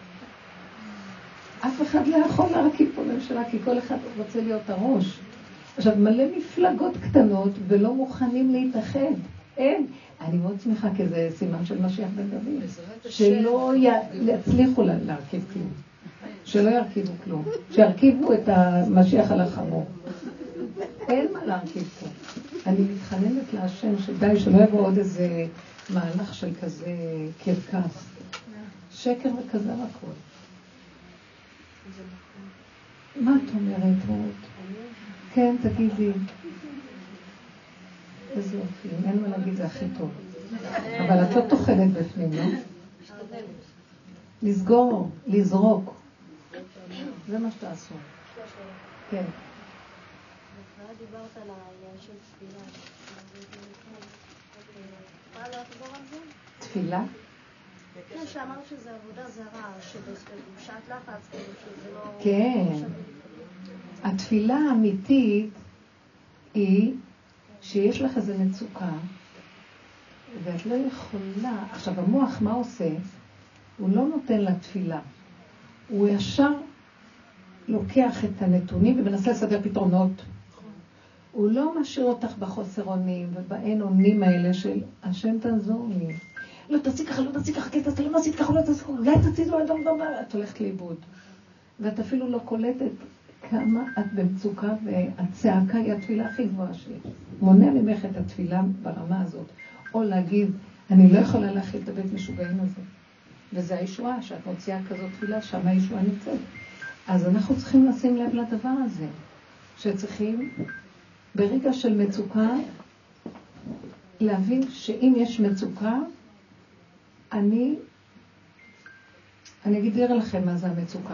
אף אחד לא יכול להרכיב פה ממשלה, כי כל אחד רוצה להיות הראש. עכשיו, מלא מפלגות קטנות ולא מוכנים להתאחד. אין. אני מאוד שמחה, כי זה סימן של משיח בן דוד. שלא יצליחו להרכיב כלום. שלא ירכיבו כלום. שירכיבו את המשיח על החמור. אין מה להרכיב פה. אני מתחננת להשם שדי שלא יבוא עוד איזה מהלך של כזה קרקס. שקר וכזה הכל. מה את אומרת, רות? כן, תגידי. איזה יופי, אין מה להגיד, זה הכי טוב. אבל את לא תאכלת בפנים, לא? לסגור, לזרוק. זה מה שתעשו. כן. דיברת על העניין של תפילה. מה לא תחזור על זה? תפילה? כן, שאמרת שזה עבודה זרה, שבשעת לחץ, שזה לא... כן. התפילה האמיתית היא שיש לך איזו מצוקה, ואת לא יכולה... עכשיו, המוח מה עושה? הוא לא נותן לתפילה. הוא ישר לוקח את הנתונים ומנסה לסדר פתרונות. הוא לא משאיר אותך בחוסר אונים ובאין אונים האלה של השם תעזור לי. לא תעשי ככה, לא תעשי ככה, כן, אתה לא תעשי ככה, לא תעשי ככה, אולי תעשי לו, את הולכת לאיבוד. ואת אפילו לא קולטת כמה את במצוקה, והצעקה היא התפילה הכי גבוהה שלי. מונע ממך את התפילה ברמה הזאת. או להגיד, אני לא יכולה להכיל את הבית משוגעים הזה. וזה הישועה, שאת מוציאה כזאת תפילה, שם הישועה נמצאת. אז אנחנו צריכים לשים לב לדבר הזה, שצריכים ברגע של מצוקה, להבין שאם יש מצוקה, אני, אני אגיד לכם מה זה המצוקה.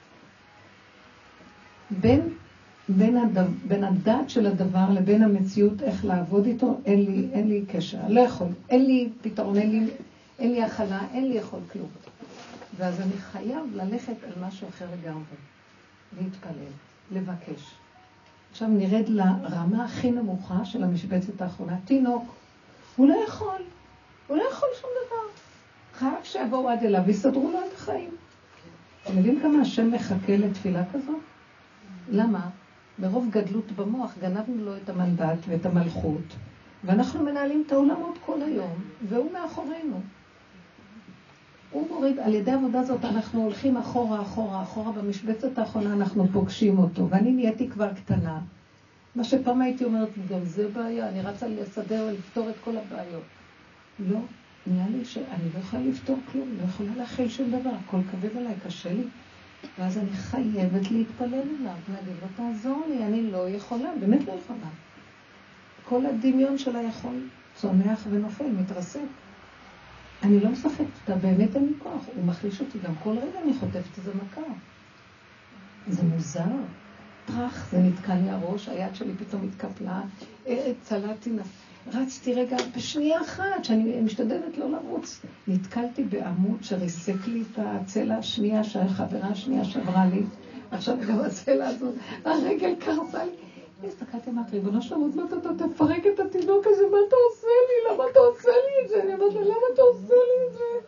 בין, בין, הדבר, בין הדעת של הדבר לבין המציאות, איך לעבוד איתו, אין לי, אין לי קשר, לא יכול, אין לי פתרון, אין לי, אין לי הכלה, אין לי יכול כלום. ואז אני חייב ללכת על משהו אחר לגמרי, להתפלל, לבקש. עכשיו נרד לרמה הכי נמוכה של המשבצת האחרונה. תינוק, הוא לא יכול, הוא לא יכול שום דבר. חייב שיבואו עד אליו ויסדרו לו את החיים. אתם יודעים כמה השם מחכה לתפילה כזו? למה? ברוב גדלות במוח גנבנו לו את המנדט ואת המלכות, ואנחנו מנהלים את העולמות כל היום, והוא מאחורינו. הוא מוריד, על ידי העבודה הזאת אנחנו הולכים אחורה, אחורה, אחורה, במשבצת האחרונה אנחנו פוגשים אותו, ואני נהייתי כבר קטנה. מה שפעם הייתי אומרת, גם זה בעיה, אני רצה לסדר ולפתור את כל הבעיות. לא, נראה לי שאני לא יכולה לפתור כלום, לא יכולה להכיל שום דבר, הכל כבד עליי, קשה לי. ואז אני חייבת להתפלל אליו, להגיד לו, תעזור לי, אני לא יכולה, באמת לא יכולה. כל הדמיון שלה יכול, צונח ונופל, מתרסק. אני לא משחקת אותה, באמת אין לי כוח, הוא מחליש אותי, גם כל רגע אני חוטפת איזה מכה. זה מוזר. טרח, זה נתקע לי הראש, היד שלי פתאום התקפלה, צלעתי, רצתי רגע בשנייה אחת, שאני משתדלת לא לרוץ. נתקלתי בעמוד שריסק לי את הצלע השנייה, שהחברה השנייה שברה לי, עכשיו גם הצלע הזאת, הרגל קרסה לי. הסתכלתי, אמרתי, ריבונו שלום, עוד מעט אתה תפרק את התינוק הזה, מה אתה עושה לי? למה אתה עושה לי את זה? אני אמרתי לו, למה אתה עושה לי את זה?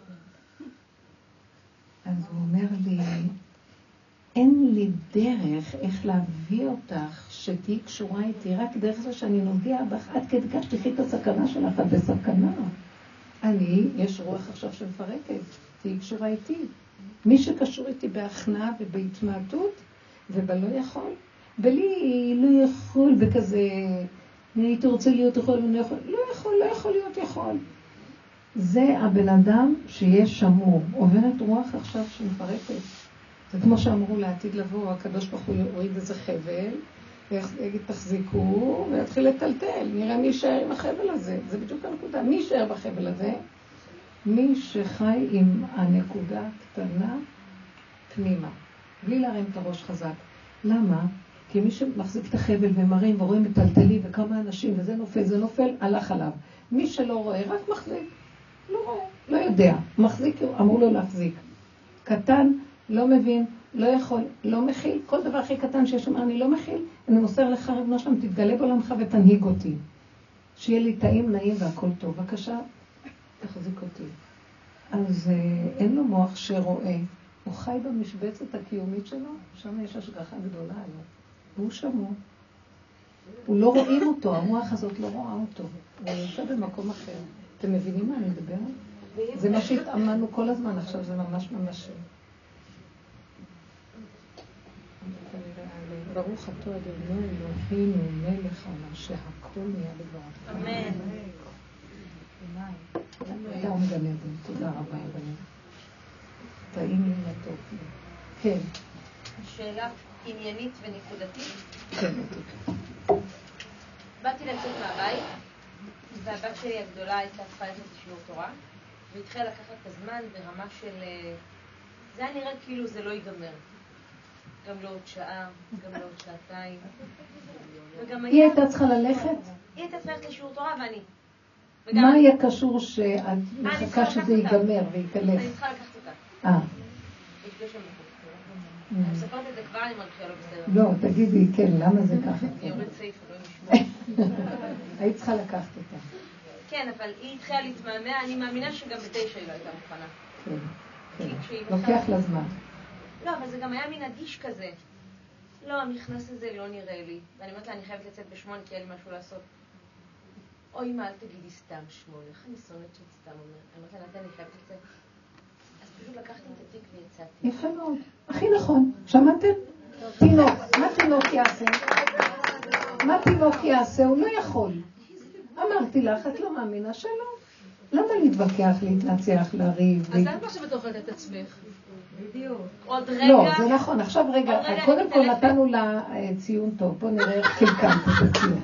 אז הוא אומר לי, אין לי דרך איך להביא אותך שתהי קשורה איתי, רק דרך זה שאני נוגע בך, עד כדי כך שתחי את הסכנה שלך, את בסכנה. אני, יש רוח עכשיו שמפרקת, תהי קשורה איתי. מי שקשור איתי בהכנעה ובהתמעטות, ובלא יכול, בלי לא יכול וכזה, אני הייתי רוצה להיות יכול, לא יכול, לא יכול, לא יכול להיות יכול. זה הבן אדם שיש שמור, עוברת רוח עכשיו שמפרקת. זה כמו שאמרו לעתיד לבוא, הקדוש ברוך הוא יוריד איזה חבל, ויגיד תחזיקו, ויתחיל לטלטל, נראה מי יישאר עם החבל הזה. זה בדיוק הנקודה, מי יישאר בחבל הזה? מי שחי עם הנקודה קטנה פנימה, בלי להרים את הראש חזק. למה? כי מי שמחזיק את החבל ומראים ורואים מטלטלי וכמה אנשים וזה נופל, זה נופל, הלך עליו. מי שלא רואה, רק מחזיק. לא רואה, לא יודע. מחזיק, אמרו לו להחזיק. קטן, לא מבין, לא יכול, לא מכיל, כל דבר הכי קטן שיש אומר, אני לא מכיל, אני מוסר לך ריבונו שלם, תתגלה בעולמך ותנהיג אותי. שיהיה לי טעים, נעים והכל טוב. בבקשה, תחזיק אותי. אז אה, אין לו מוח שרואה. הוא חי במשבצת הקיומית שלו, שם יש השגחה גדולה עליו. והוא שמור. הוא לא רואים אותו, המוח הזאת לא רואה אותו. הוא יושב במקום אחר. אתם מבינים מה אני מדבר? זה מה שהתאמנו כל הזמן, עכשיו זה ממש ממשי. ברוך אתה אדוני אלוהינו מלך העולם שהכל נהיה בדברו. אמן. אתה עומד עליהם, תודה רבה רבנים. טעים לי מתוק. כן. שאלה עניינית ונקודתית. כן, מתוק. באתי לצאת מהבית, והבת שלי הגדולה הייתה צריכה לצאת לשיעור תורה, והתחילה לקחת את הזמן ברמה של... זה היה נראה כאילו זה לא ייגמר. גם לא עוד שעה, גם לא עוד שעתיים. היא הייתה צריכה ללכת? היא הייתה צריכה ללכת לשיעור תורה ואני. מה היה קשור שאת מחכה שזה ייגמר ויקלף? אני צריכה לקחת אותה. אה. יש לו שם בחור. אני מספרת את זה כבר, אני מרגישה לא בסדר. לא, תגידי, כן, למה זה ככה? אני יורד סעיף, לא נשמע. היית צריכה לקחת אותה. כן, אבל היא התחילה להתמהמה, אני מאמינה שגם בתשע היא לא הייתה מוכנה. כן, כן. לוקח לה זמן. לא, אבל זה גם היה מין אדיש כזה. לא, המכנס הזה לא נראה לי. ואני אומרת לה, אני חייבת לצאת בשמונה, כי אין לי משהו לעשות. אוי, מה, אל תגידי סתם שמונה. איך אני שונאת שאת סתם אומרת? אני אומרת לה, נתן, אני חייבת לצאת. אז פשוט לקחתי את התיק ויצאתי. יפה מאוד. הכי נכון. שמעתם? תינוק. מה תינוק יעשה? מה תינוק יעשה? הוא לא יכול. אמרתי לך, את לא מאמינה שלא. למה להתווכח, להתנצח, לריב? אז למה עכשיו את אוכלת את עצמך? בדיוק. עוד רגע... לא, זה נכון. עכשיו רגע, קודם כל נתנו לה ציון טוב. בוא נראה איך קלקלת את הציון.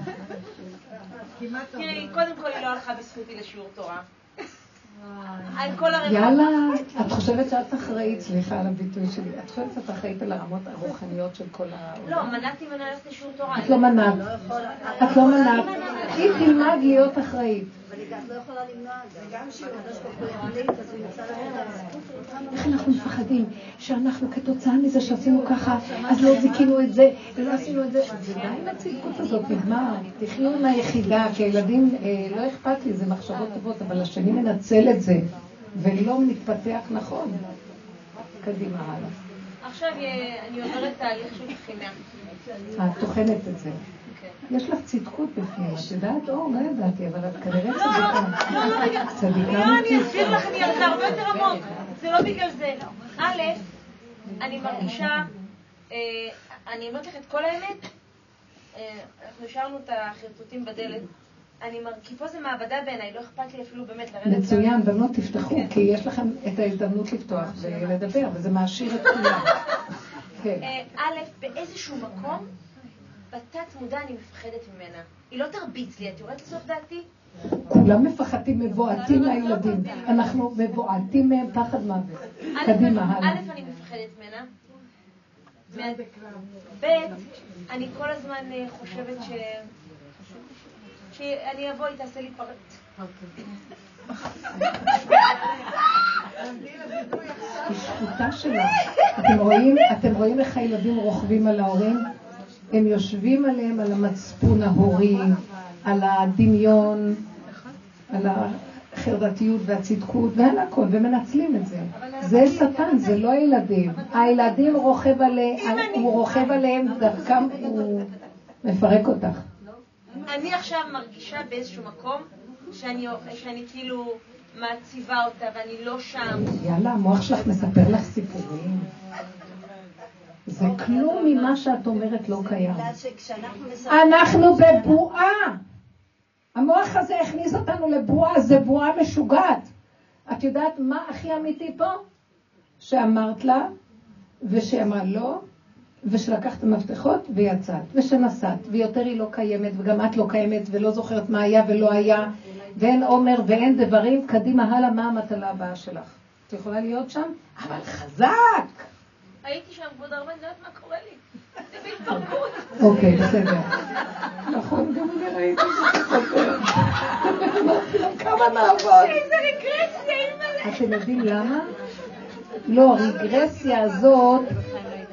תראי, קודם כל היא לא הלכה בזכותי לשיעור תורה. על כל הרמות. יאללה, את חושבת שאת אחראית, סליחה על הביטוי שלי, את חושבת שאת אחראית על הרמות הרוחניות של כל העולם? לא, מנעתי ממנה ללכת לשיעור תורה. את לא מנעת. את לא מנעת. היא תלמד להיות אחראית. אבל היא לא יכולה למנוע את זה. גם שהקדוש ברוך הוא יחליט, אז הוא ימצא לה את הזכות. איך אנחנו מפחדים שאנחנו כתוצאה מזה שעשינו ככה, אז לא זיקינו את זה, ולא עשינו את זה. זה די עם הצדקות הזאת, נגמר. תחיו עם היחידה, כי הילדים, לא אכפת לי, זה מחשבות טובות, אבל השני מנצל את זה, ולא מתפתח נכון. קדימה הלאה. עכשיו אני עוברת תהליך של בחינה. את תוכנת את זה. יש לך צדקות בפנים, את יודעת? או, לא ידעתי, אבל את כנראה צדיקה. לא, לא, רגע. צדיקה לא, אני אסביר לך, אני זה הרבה יותר עמוק. זה לא בגלל זה. א', אני מרגישה, אני אומרת לך את כל האמת, אנחנו השארנו את החרטוטים בדלת, אני מרגישה, פה זה מעבדה בעיניי, לא אכפת לי אפילו באמת לרדת. מצוין, בנות תפתחו, כי יש לכם את ההזדמנות לפתוח ולדבר, וזה מעשיר את כולם. א', באיזשהו מקום, בתת מודע אני מפחדת ממנה. היא לא תרביץ לי, את יורדת לסוף דעתי? כולם מפחדים, מבועטים מהילדים. אנחנו מבועטים מהם פחד מוות. קדימה, הלאה. א', אני מפחדת ממנה. ב', אני כל הזמן חושבת ש... שאני אבוא, היא תעשה לי פרט. השפוטה שלה. אתם רואים איך הילדים רוכבים על ההורים? הם יושבים עליהם, על המצפון ההורי, על הדמיון, על החרדתיות והצדקות ועל הכל, ומנצלים את זה. זה שטן, זה לא הילדים. הילדים רוכב עליהם, הוא רוכב עליהם, דרכם הוא מפרק אותך. אני עכשיו מרגישה באיזשהו מקום שאני, שאני כאילו מעציבה אותה ואני לא שם. יאללה, המוח שלך מספר לך סיפורים. זה כלום ממה שאת אומרת לא קיים. אנחנו בבועה. המוח הזה הכניס אותנו לבועה, זה בועה משוגעת. את יודעת מה הכי אמיתי פה? שאמרת לה, ושאמרה לא, ושלקחת המפתחות ויצאת, ושנסעת, ויותר היא לא קיימת, וגם את לא קיימת, ולא זוכרת מה היה ולא היה, ואין עומר ואין דברים, קדימה הלאה, מה המטלה הבאה שלך? את יכולה להיות שם? אבל חזק! הייתי שם כבוד הרבה, אני יודעת מה קורה לי. זה בהתפרקות. אוקיי, בסדר. נכון, גם אני ראיתי שזה כמה נעבוד. איזה רגרסיה, אימא'לה. אתם יודעים למה? לא, הרגרסיה הזאת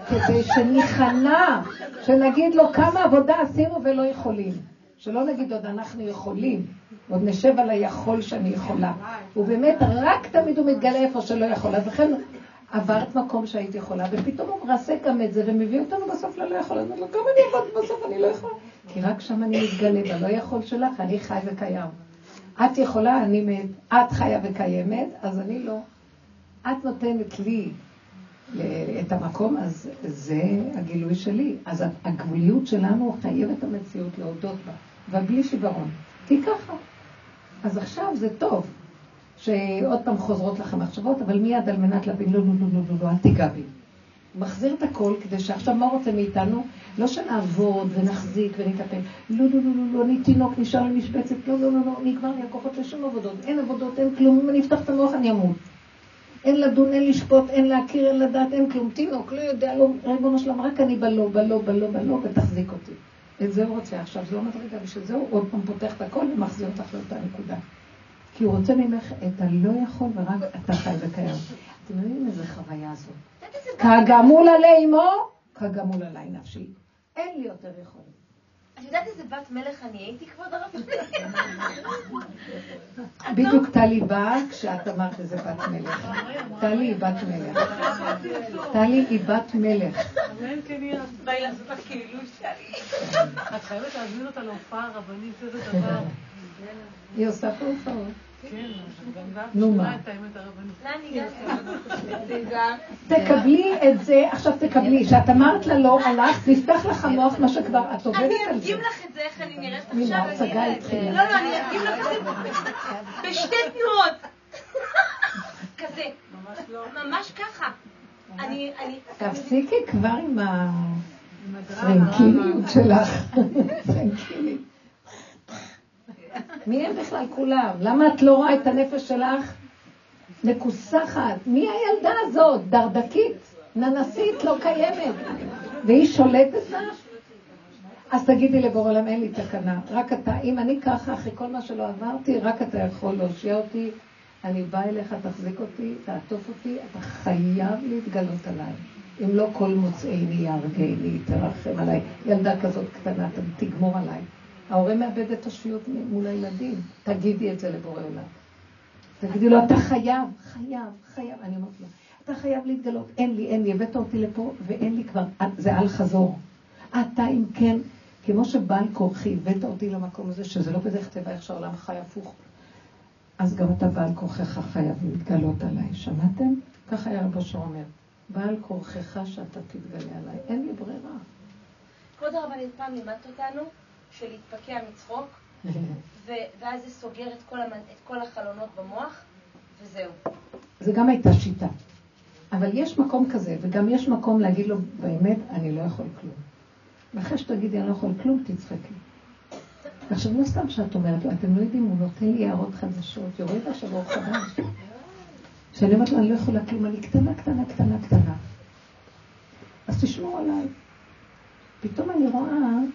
כדי שניכנע, שנגיד לו כמה עבודה עשינו ולא יכולים. שלא נגיד עוד אנחנו יכולים, עוד נשב על היכול שאני יכולה. ובאמת רק תמיד הוא מתגלה איפה שלא יכול. אז לכן עברת מקום שהיית יכולה, ופתאום הוא מרסק גם את זה, ומביא אותנו בסוף ללא יכול. אז אני לא, גם אני עבוד בסוף, אני לא יכול. כי רק שם אני מתגלה, בלא יכול שלך, אני חי וקיים. את יכולה, אני מת, את חיה וקיימת, אז אני לא. את נותנת לי את המקום, אז זה הגילוי שלי. אז הגבוליות שלנו חייבת המציאות להודות בה, ובלי שיוורון. כי ככה. אז עכשיו זה טוב, שעוד פעם חוזרות לכם מחשבות, אבל מיד על מנת להבין, לא, לא, לא, לא, לא, אל תיגע בי. מחזיר את הכל, כדי שעכשיו מה רוצה מאיתנו? לא שנעבוד ונחזיק ונטפל. לא, לא, לא, לא, לא, אני תינוק, נשאר לי משבצת, לא, לא, לא, לא, נגמר לי הכוחות לשום עבודות. אין עבודות, אין כלום, אם אני אפתח את המוח אני אמות. אין לדון, אין לשפוט, אין להכיר, אין לדעת, אין כלום. תינוק, לא יודע, לא, ריבונו שלם, רק אני בלא, בלא, בלא, בלא, ותחזיק אותי. את זה הוא רוצה. עכשיו, זה לא מדרגה, ושזה הוא עוד פעם פותח את הכל ומחזיר אותך לאותה נקודה. כי הוא רוצה ממך את הלא יכול ורק אתה חי וקיים. אתם יודעים איזה חוויה הזאת? כגמול עלי אמו, כגמול עלי נפשי. אין לי יותר יכול. את יודעת איזה בת מלך אני הייתי, כבוד הרב? בדיוק טלי באה כשאת אמרת איזה בת מלך. טלי היא בת מלך. טלי היא בת מלך. אמן כן יהיה. באי לעשות לך כאילו שלי. את חייבת להזמין אותה להופעה הרבנית, איזה דבר. היא עושה פה הופעות. כן, גם נו מה? שומעה את האמת הרבנית. לאן הגעת? תקבלי את זה, עכשיו תקבלי, שאת אמרת לה לא הלך, נפתח לך המוח מה שכבר, את עובדת אני על זה. אדגים לך את זה, איך אני נראית עכשיו. הנה, ההצגה אני- התחילה. לא, לא, אני אדגים לך את זה בשתי תנועות. כזה. ממש ככה. אני, אני... תפסיקי כבר עם עם הפרנקיניות שלך. פרנקינית. מי הם בכלל כולם? למה את לא רואה את הנפש שלך? מקוסחת. מי הילדה הזאת? דרדקית, ננסית, לא קיימת. והיא שולטת לה? אז תגידי לבורא עולם, אין לי תקנה. רק אתה, אם אני ככה, אחרי כל מה שלא עברתי, רק אתה יכול להושיע אותי. אני באה אליך, תחזיק אותי, תעטוף אותי, אתה חייב להתגלות עליי. אם לא כל מוצאיני יהרגני, תרחם עליי. ילדה כזאת קטנה, תגמור עליי. ההורה מאבד את השפיות מול הילדים. תגידי את זה לבורא עולם. תגידי לו, אתה חייב, חייב, חייב. אני אומרת לו, אתה חייב להתגלות. אין לי, אין לי, הבאת אותי לפה ואין לי כבר. זה על חזור. אתה אם כן, כמו שבעל כורחי, הבאת אותי למקום הזה, שזה לא בדרך טבע, איך שהעולם חי הפוך. אז גם אתה בעל כורחך חייב להתגלות עליי. שמעתם? ככה היה רב אושר אומר. בעל כורחך שאתה תתגלה עליי. אין לי ברירה. כבוד הרבנית פעם לימדת אותנו של להתפקע מצחוק, ואז זה סוגר את כל, המנ... את כל החלונות במוח, וזהו. זה גם הייתה שיטה. אבל יש מקום כזה, וגם יש מקום להגיד לו, באמת, אני לא יכול כלום. ואחרי שתגידי, אני לא יכול כלום, תצחקי. עכשיו, לא סתם שאת אומרת לו, אתם לא יודעים, הוא נותן לי הערות חדשות, יורד עכשיו אור חדש. שאני אומרת לו, אני לא יכולה כלום, אני קטנה, קטנה, קטנה, קטנה. אז תשמעו עליי. פתאום אני רואה,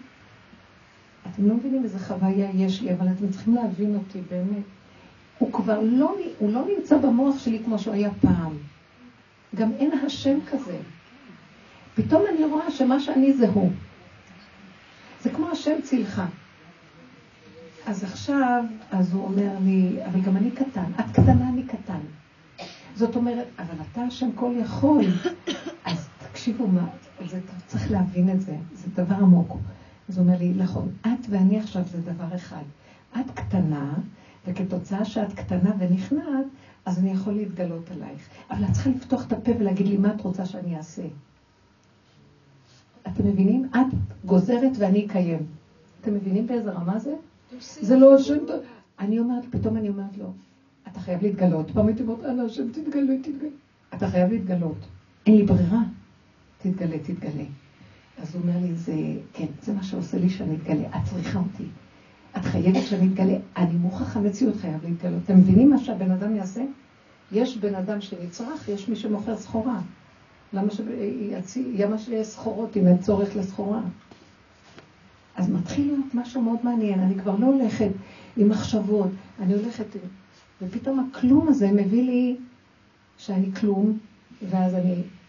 אתם לא מבינים איזה חוויה יש לי, אבל אתם צריכים להבין אותי באמת. הוא כבר לא, הוא לא נמצא במוח שלי כמו שהוא היה פעם. גם אין השם כזה. פתאום אני רואה שמה שאני זה הוא. זה כמו השם צילך. אז עכשיו, אז הוא אומר לי, אבל גם אני קטן. את קטנה, אני קטן. זאת אומרת, אבל אתה השם כל יכול. אז תקשיבו מה, זה, צריך להבין את זה. זה דבר עמוק. אז הוא אומר לי, נכון, את ואני עכשיו זה דבר אחד. את קטנה, וכתוצאה שאת קטנה ונכנעת, אז אני יכול להתגלות עלייך. אבל את צריכה לפתוח את הפה ולהגיד לי מה את רוצה שאני אעשה. אתם מבינים? את גוזרת ואני אקיים. אתם מבינים באיזה רמה זה? זה לא השם. אני אומרת, פתאום אני אומרת לו, אתה חייב להתגלות. פעם הייתי אומרת, אנא השם, תתגלה, תתגלה. אתה חייב להתגלות. אין לי ברירה. תתגלה, תתגלה. אז הוא אומר לי, זה, כן, זה מה שעושה לי שאני אתגלה. את צריכה אותי. את חייבת שאני אתגלה. אני מוכרח המציאות חייב להתגלות. אתם מבינים מה שהבן אדם יעשה? יש בן אדם שנצרך, יש מי שמוכר סחורה. למה שיהיה שיש סחורות אם אין צורך לסחורה? אז מתחיל להיות משהו מאוד מעניין. אני כבר לא הולכת עם מחשבות, אני הולכת, ופתאום הכלום הזה מביא לי שאני כלום, ואז אני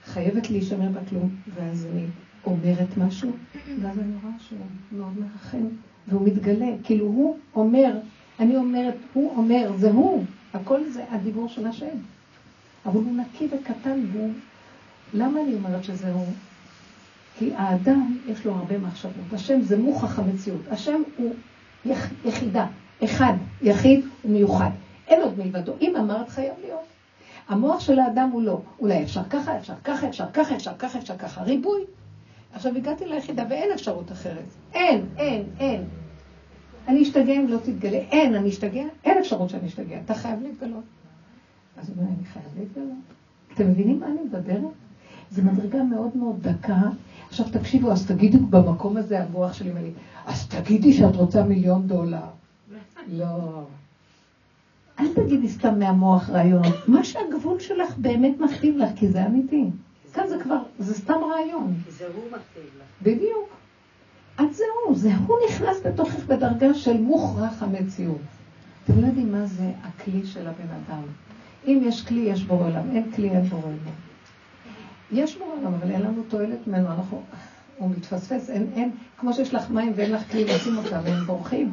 חייבת להישמר בכלום, ואז אני אומרת משהו, ואז אני רואה שהוא מאוד מרחם, והוא מתגלה, כאילו הוא אומר, אני אומרת, הוא אומר, זה הוא, הכל זה הדיבור של השם. אבל הוא נקי וקטן, והוא... למה אני אומרת שזה הוא? כי האדם יש לו הרבה מחשבות. השם זה מוכח המציאות. השם הוא יח... יחידה, אחד, יחיד ומיוחד. אין עוד מלבדו. אם אמרת חייב להיות. המוח של האדם הוא לא. אולי אפשר ככה, אפשר ככה, אפשר ככה, אפשר ככה, אפשר ככה. ריבוי. עכשיו הגעתי ליחידה ואין אפשרות אחרת. אין, אין, אין. אני אשתגע אם לא תתגלה. אין, אני אשתגע. אין אפשרות שאני אשתגע. אתה חייב להתגלות. אז הוא אומר, אני חייב להתגלות. אתם מבינים מה אני מדברת? זו מדרגה מאוד מאוד דקה. עכשיו תקשיבו, אז תגידי במקום הזה, המוח שלי מלי, אז תגידי שאת רוצה מיליון דולר. לא. אל תגידי סתם מהמוח רעיון. מה שהגבול שלך באמת מכתיב לך, כי זה אמיתי. כאן זה כבר, זה סתם רעיון. כי זה הוא מכתיב לך. בדיוק. את זהו, זה הוא נכנס בתוכך בדרגה של מוכרח המציאות. אתם לא יודעים מה זה הכלי של הבן אדם. אם יש כלי, יש בורא עולם. אין כלי, אין בורא עולם. יש בורא עולם, אבל אין לנו תועלת ממנו. אנחנו, הוא מתפספס, אין, אין, כמו שיש לך מים ואין לך כלי לשים אותם, והם בורחים.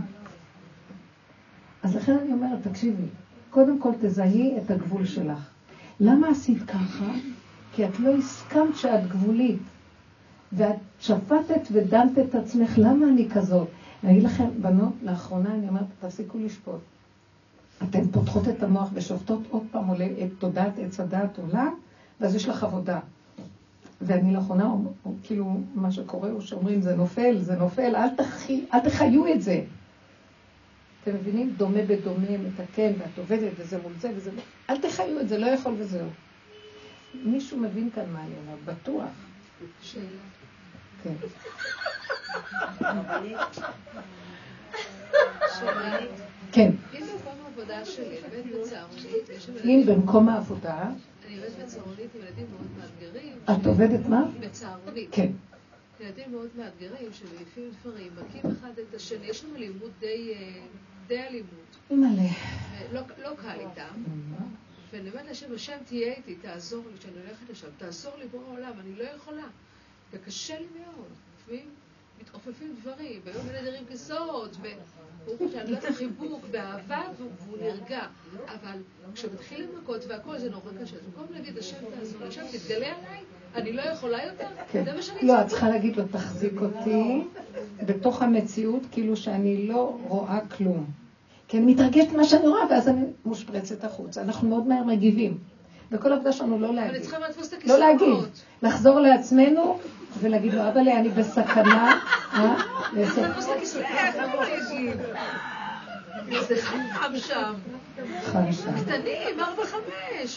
אז לכן אני אומרת, תקשיבי, קודם כל תזהי את הגבול שלך. למה עשית ככה? כי את לא הסכמת שאת גבולית. ואת שפטת ודנת את עצמך, למה אני כזאת? אני אגיד לכם, בנות, לאחרונה אני אומרת, תפסיקו לשפוט. אתן פותחות את המוח ושופטות עוד פעם עולה את תודעת עץ הדעת עולה, ואז יש לך עבודה. ואני לאחרונה, כאילו, מה שקורה הוא שאומרים, זה נופל, זה נופל, אל, תחי, אל תחיו את זה. אתם מבינים? דומה בדומה, מתקן, ואת עובדת, וזה מול זה, וזה... אל תחיו את זה, לא יכול וזהו. מישהו מבין כאן מה אני אומרת, בטוח. שאלה. כן. שאלה. כן. אם במקום העבודה שלי, אני עובדת בצהרונית, אם במקום העבודה... אני עובדת בצהרונית עם ילדים מאוד מאתגרים. את עובדת מה? בצהרונית. כן. ילדים מאוד מאתגרים, שמעיפים דברים, מכים אחד את השני. יש לנו לימוד די אלימות. מלא. לא קל איתם. ואני אומרת לשם, השם תהיה איתי, תעזור לי, שאני הולכת לשם, תעזור לי בורא העולם, אני לא יכולה. וקשה לי מאוד, לפעמים מתעופפים דברים, והיום נדרים כיסאות, והוא שאני לא את חיבוק באהבה, והוא נרגע. אבל כשמתחילים מכות והכל זה נורא קשה, אז במקום להגיד, השם תעזור, השם תתגלה עליי, אני לא יכולה יותר, זה מה שאני לא, את צריכה להגיד לו, תחזיק אותי בתוך המציאות, כאילו שאני לא רואה כלום. כי אני מתרגשת מה שאני רואה, ואז אני מושפרצת החוצה. אנחנו מאוד מהר מגיבים. וכל עבודה שלנו לא להגיב. אבל צריכה לתפוס את הכיסאות. לא להגיב. לחזור לעצמנו ולהגיד לו, אבל אני בסכנה. לתפוס את הכיסאות. זה חם שם. חם שם. קטנים, ארבע, חמש.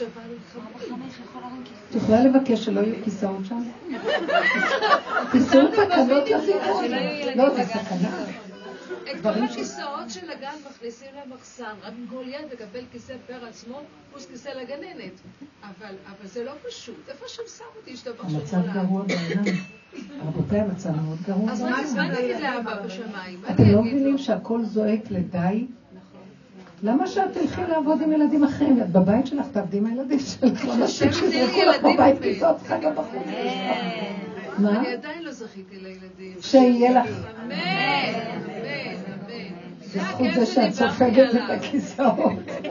את יכולה לבקש שלא יהיו כיסאות שם? כיסאות תקנות לזיכרון. לא, זה סכנה. את כל הכיסאות של הגן מכניסים למחסן, רק כל ילד לקבל כיסא פר עצמו, פלוס כיסא לגננת. אבל, אבל זה לא פשוט. איפה שם שם אותי, השתבח שם עולם? המצב גרוע בעיניים. רבותיי, המצב מאוד גרוע. אז מה נגיד לאבא בשמיים? אתם לא מבינים שהכל זועק לדי? למה שאת תלכי לעבוד עם ילדים אחרים? את בבית שלך תעבדי עם הילדים שלך. השם זה ילדים בבית כיסאות חגה בחוץ. מה? אני עדיין לא זכיתי לילדים. שיהיה לך. אמן, אמן, אמן. בזכות זה שאת סופגת את הכיסאות. את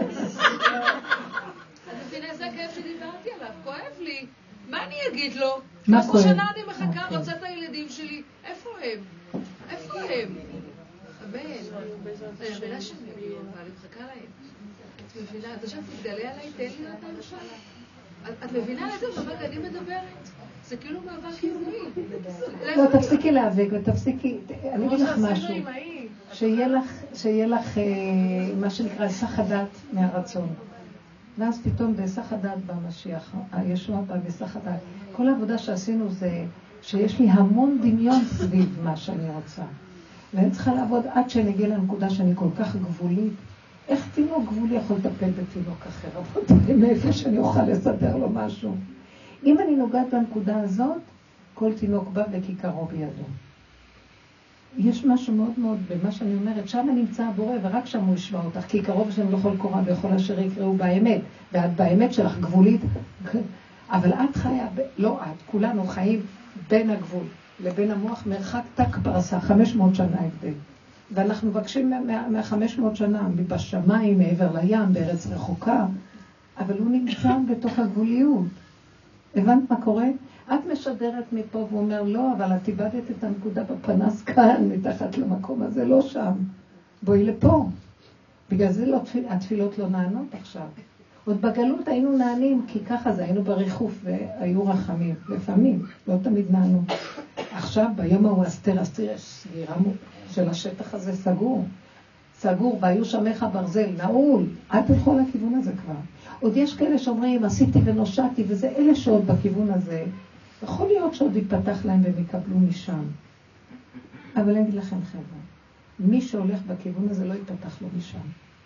מבינה, זה הכאב שדיברתי עליו, כואב לי. מה אני אגיד לו? מה עשו כואב? שנה אני מחכה, רוצה את הילדים שלי. איפה הם? איפה הם? אמן. אני מבינה שהם יגיעו, אבל אני מחכה להם. את מבינה, את עכשיו תתגלה עליי, תן לי אותם שם. את מבינה איזה מאבק אני מדברת? זה כאילו מאבק קיומי. לא, תפסיקי להיאבק ותפסיקי, אני אגיד לך משהו. שיהיה לך, שיהיה לך מה שנקרא היסח הדעת מהרצון. ואז פתאום בהיסח הדעת במשיח, הישוע בא בהיסח הדעת. כל העבודה שעשינו זה שיש לי המון דמיון סביב מה שאני רוצה. ואני צריכה לעבוד עד שנגיע לנקודה שאני כל כך גבולית. איך תינוק גבולי יכול לטפל בתינוק אחר? אבל מאיפה שאני אוכל לסדר לו משהו. אם אני נוגעת בנקודה הזאת, כל תינוק בא בכיכרו בידו. יש משהו מאוד מאוד במה שאני אומרת, שם נמצא הבורא ורק שם הוא ישמע אותך, כי קרוב שם לכל קורה ויכול אשר יקראו באמת, ואת באמת שלך גבולית, אבל את חיה, ב... לא את, כולנו חיים בין הגבול לבין המוח, מרחק תק ברסה, חמש מאות שנה הבדל. ואנחנו מבקשים מה-חמש מאות שנה, בשמיים, מעבר לים, בארץ רחוקה, אבל הוא נמצא בתוך הגבוליות. הבנת מה קורה? את משדרת מפה ואומר, לא, אבל את איבדת את הנקודה בפנס כאן, מתחת למקום הזה, לא שם. בואי לפה. בגלל זה לא, התפילות לא נענות עכשיו. עוד בגלות היינו נענים, כי ככה זה, היינו בריחוף והיו רחמים. לפעמים, לא תמיד נענו. עכשיו, ביום ההוא אסתר, אסתר, סגירה של השטח הזה סגור. סגור, והיו שמך ברזל, נעול. אל תלכו לכיוון הזה כבר. עוד יש כאלה שאומרים, עשיתי ונושעתי, וזה אלה שעוד בכיוון הזה. יכול להיות שעוד ייפתח להם והם יקבלו משם. אבל אני אגיד לכם חבר'ה, מי שהולך בכיוון הזה לא ייפתח לו משם.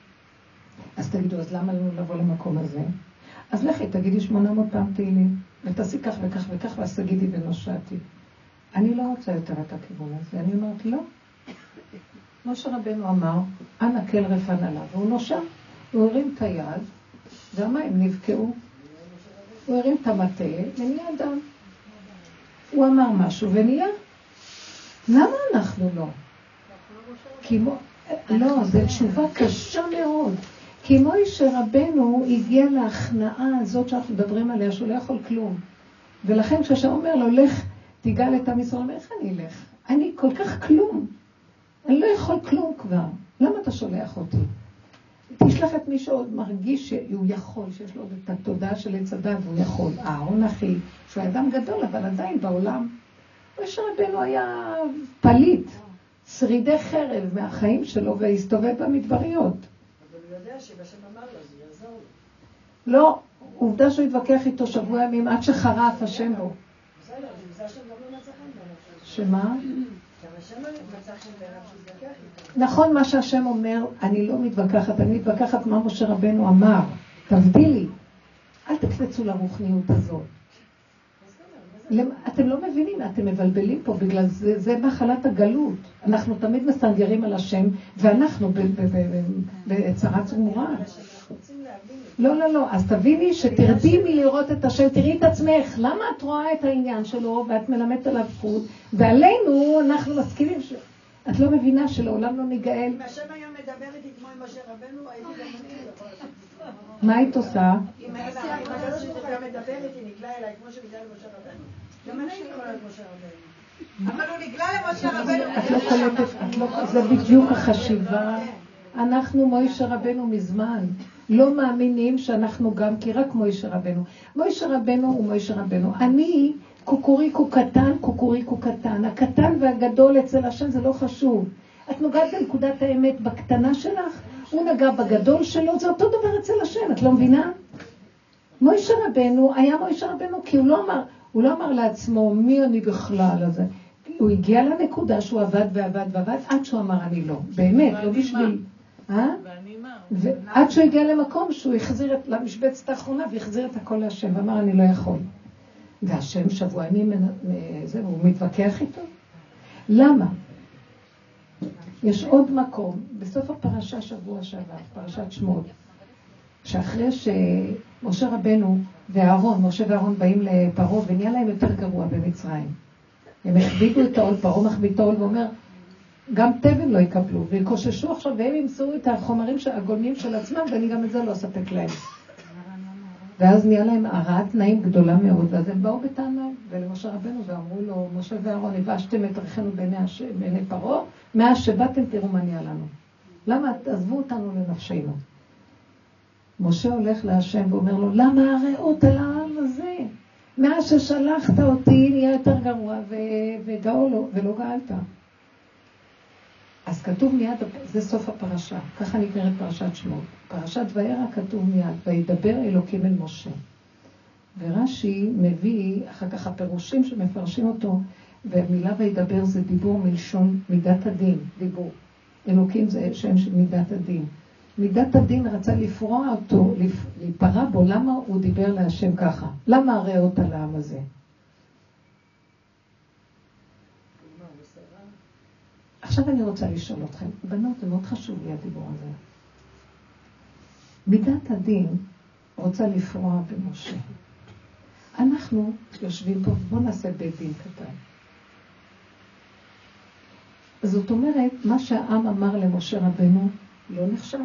אז תגידו, אז למה לנו לבוא למקום הזה? אז לכי, תגידי שמונה מאות פעם תהילים, ותעשי כך וכך וכך, ואז תגידי ונושעתי. אני לא רוצה יותר את הכיוון הזה. אני אומרת, לא. משה רבנו אמר, אנא כל רפן עליו, והוא נושע. הוא הרים את היד, והמים נבקעו. הוא הרים את המטה, ונהיה דם. הוא אמר משהו ונהיה. למה אנחנו לא? כמו, לא, זו תשובה קשה מאוד. כי מוישה רבנו הגיע להכנעה הזאת שאנחנו מדברים עליה, שהוא לא יכול כלום. ולכן כשאתה אומר לו, לך תיגל את עם ישראל, איך אני אלך? אני כל כך כלום. אני לא יכול כלום כבר. למה אתה שולח אותי? תשלח את מי שעוד מרגיש שהוא יכול, שיש לו עוד את התודעה של עץ הדת, והוא יכול. אהרון אחי, שהוא אדם גדול, אבל עדיין בעולם. מוישה רבנו היה פליט, שרידי חרב מהחיים שלו, והסתובב במדבריות. אבל הוא יודע שבשם אמר לו, זה יעזור לו. לא, עובדה שהוא התווכח איתו שבוע ימים, עד שחרף השם בו. בסדר, זה השם גם לא מצא חן בעיניו. שמה? גם השם לא מצא חן בעיניו שהתווכח איתו. נכון מה שהשם אומר, אני לא מתווכחת, אני מתווכחת מה משה רבנו אמר. תבדילי, אל תקפצו לרוחניות הזאת. אתם לא מבינים, אתם מבלבלים פה, בגלל זה, זה מחלת הגלות. אנחנו תמיד מסנגרים על השם, ואנחנו בצרה צרורה. לא, לא, לא, אז תביני שתרדי מלראות את השם, תראי את עצמך, למה את רואה את העניין שלו, ואת מלמדת עליו זכות, ועלינו אנחנו מסכימים ש... את לא מבינה שלעולם לא ניגאל. אם השם היום מדבר איתי כמו עם משה רבנו, הייתי גם אני. מה היית עושה? אם הגדול שלך גם מדבר איתי, נגלה אליי כמו שנגלה למשה רבנו. גם אני הייתי קוראת משה רבנו. אבל הוא נגלה למשה רבנו. את לא קולטת, את לא... זה בדיוק החשיבה. אנחנו מוישה רבנו מזמן. לא מאמינים שאנחנו גם, כי רק מוישה רבנו. מוישה רבנו הוא מוישה רבנו. אני... קוקוריקו קטן, קוקוריקו קטן. הקטן והגדול אצל השם זה לא חשוב. את נוגעת בנקודת האמת בקטנה שלך, הוא נגע בגדול שלו, זה אותו דבר אצל השם, את לא מבינה? מוישה רבנו היה מוישה רבנו, כי הוא לא אמר, הוא לא אמר לעצמו, מי אני בכלל הזה? הוא הגיע לנקודה שהוא עבד ועבד ועבד, עד שהוא אמר אני לא. באמת, לא בשביל... ואני מה? ועד שהוא הגיע למקום שהוא החזיר את למשבצת האחרונה, והחזיר את הכל להשם, ואמר אני לא יכול. והשם שבוע ימים, זהו, הוא מתווכח איתו. למה? יש עוד מקום, בסוף הפרשה שבוע שעבר, פרשת שמות, שאחרי שמשה רבנו ואהרון, משה ואהרון באים לפרעה, ונהיה להם יותר גרוע במצרים. הם הכבידו את העול, פרעה מכביד את העול ואומר, גם תבן לא יקבלו, ויקוששו עכשיו, והם ימצאו את החומרים הגולמיים של עצמם, ואני גם את זה לא אספק להם. ואז נהיה להם הרעת תנאים גדולה מאוד, ואז הם באו בטענה ולמשה רבנו ואמרו לו, משה ואהרון, הבשתם את ריחנו בעיני פרעה, מאז שבאתם תראו מה נהיה לנו. למה תעזבו אותנו לנפשנו? משה הולך להשם ואומר לו, למה הרעות על העם הזה? מאז ששלחת אותי נהיה יותר גרוע וגאו לו, ולא גאלת. אז כתוב מיד, זה סוף הפרשה, ככה נקראת פרשת שמות. פרשת וירא כתוב מיד, וידבר אלוקים אל משה. ורש"י מביא, אחר כך הפירושים שמפרשים אותו, והמילה וידבר זה דיבור מלשון מידת הדין, דיבור. אלוקים זה שם של מידת הדין. מידת הדין רצה לפרוע אותו, להיפרע בו, למה הוא דיבר להשם ככה? למה הרעות על העם הזה? עכשיו אני רוצה לשאול אתכם, בנות, זה מאוד חשוב לי הדיבור הזה. מידת הדין רוצה לפרוע במשה. אנחנו יושבים פה, בואו נעשה בית דין קטן. זאת אומרת, מה שהעם אמר למשה רבנו לא נחשב.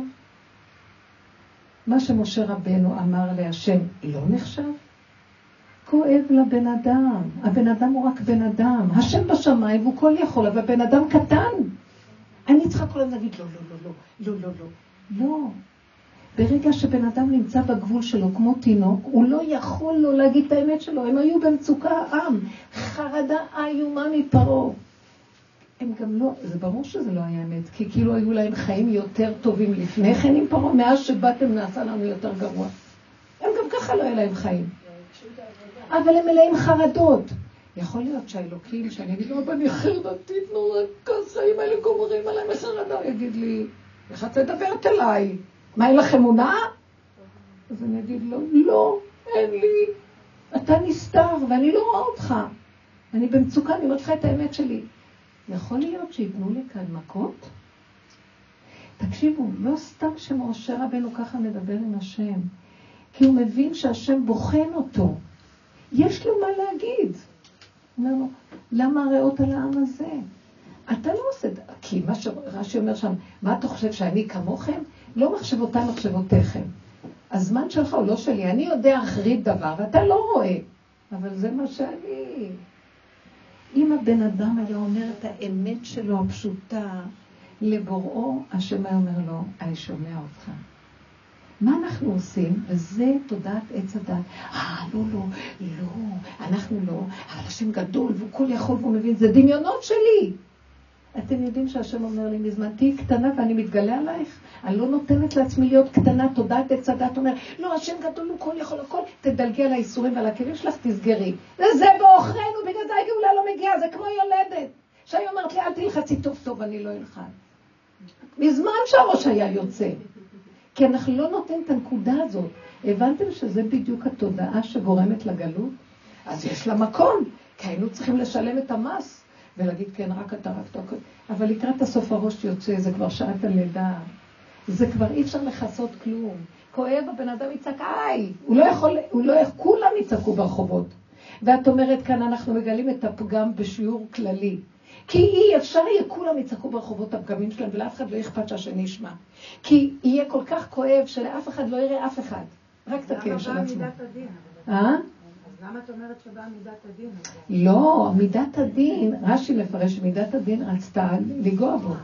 מה שמשה רבנו אמר להשם לא נחשב. כואב לבן אדם. הבן אדם הוא רק בן אדם. השם בשמיים והוא כל יכול, אבל בן אדם קטן. אני צריכה כל הזמן להגיד לא, לא, לא, לא, לא, לא, לא. לא. ברגע שבן אדם נמצא בגבול שלו כמו תינוק, הוא לא יכול לו להגיד את האמת שלו. הם היו במצוקה העם. חרדה איומה מפרעה. הם גם לא, זה ברור שזה לא היה אמת, כי כאילו היו להם חיים יותר טובים לפני כן עם פרעה, מאז שבאתם נעשה לנו יותר גרוע. הם גם ככה לא היה להם חיים. אבל הם מלאים חרדות. יכול להיות שהאלוקים, שאני אגיד לו, אבל אני חרדתית נורא, כזה חיים האלה גומרים עליהם מחרדה, הוא יגיד לי, איך את מדברת אליי? מה, אין לך אמונה? אז אני אגיד לו, לא, אין לי. אתה נסתר ואני לא רואה אותך. אני במצוקה, אני אומרת לך את האמת שלי. יכול להיות שיתנו לי כאן מכות? תקשיבו, לא סתם שמשה רבנו ככה מדבר עם השם, כי הוא מבין שהשם בוחן אותו. יש לו מה להגיד. הוא אומר לו, למה הרעות על העם הזה? אתה לא עושה, כי מה שרש"י אומר שם, מה אתה חושב שאני כמוכם? לא מחשבותיי מחשבותיכם. הזמן שלך הוא לא שלי, אני יודע אחרית דבר, ואתה לא רואה. אבל זה מה שאני... אם הבן אדם היה אומר את האמת שלו הפשוטה לבוראו, השם היה אומר לו, אני שומע אותך. מה אנחנו עושים? וזה תודעת עץ הדת. אה, לא, לא, לא, אנחנו לא, אבל השם גדול והוא כל יכול והוא מבין, זה דמיונות שלי. אתם יודעים שהשם אומר לי מזמן, תהי קטנה ואני מתגלה עלייך. אני לא נותנת לעצמי להיות קטנה, תודעת עץ הדת אומר, לא, השם גדול הוא כל יכול הכל, תדלגי על האיסורים ועל הכלים שלך, תסגרי. וזה באוכרנו, בגלל זה הגאולה לא מגיעה, זה כמו יולדת. שהיא אומרת לי, אל תלחצי טוב טוב, אני לא אלחץ. מזמן שהראש היה יוצא. כי אנחנו לא נותנים את הנקודה הזאת. הבנתם שזה בדיוק התודעה שגורמת לגלות? אז יש לה מקום, כי היינו צריכים לשלם את המס. ולהגיד כן, רק אתה, רק אתה, אבל לקראת הסוף הראש יוצא, זה כבר שעת הלידה. זה כבר אי אפשר לחסות כלום. כואב הבן אדם יצעק, איי, הוא לא יכול, הוא לא יכול, כולם יצעקו ברחובות. ואת אומרת כאן, אנחנו מגלים את הפגם בשיעור כללי. כי אי אפשר יהיה, כולם יצעקו ברחובות הפגמים שלהם, ולאף אחד לא אכפת שהשני ישמע. כי יהיה כל כך כואב שלאף אחד לא יראה אף אחד. רק את הכאב של עצמו. למה באה מידת הדין? אה? למה את אומרת שבאה מידת הדין? לא, מידת הדין, רש"י מפרש מידת הדין רצתה לגוע בו.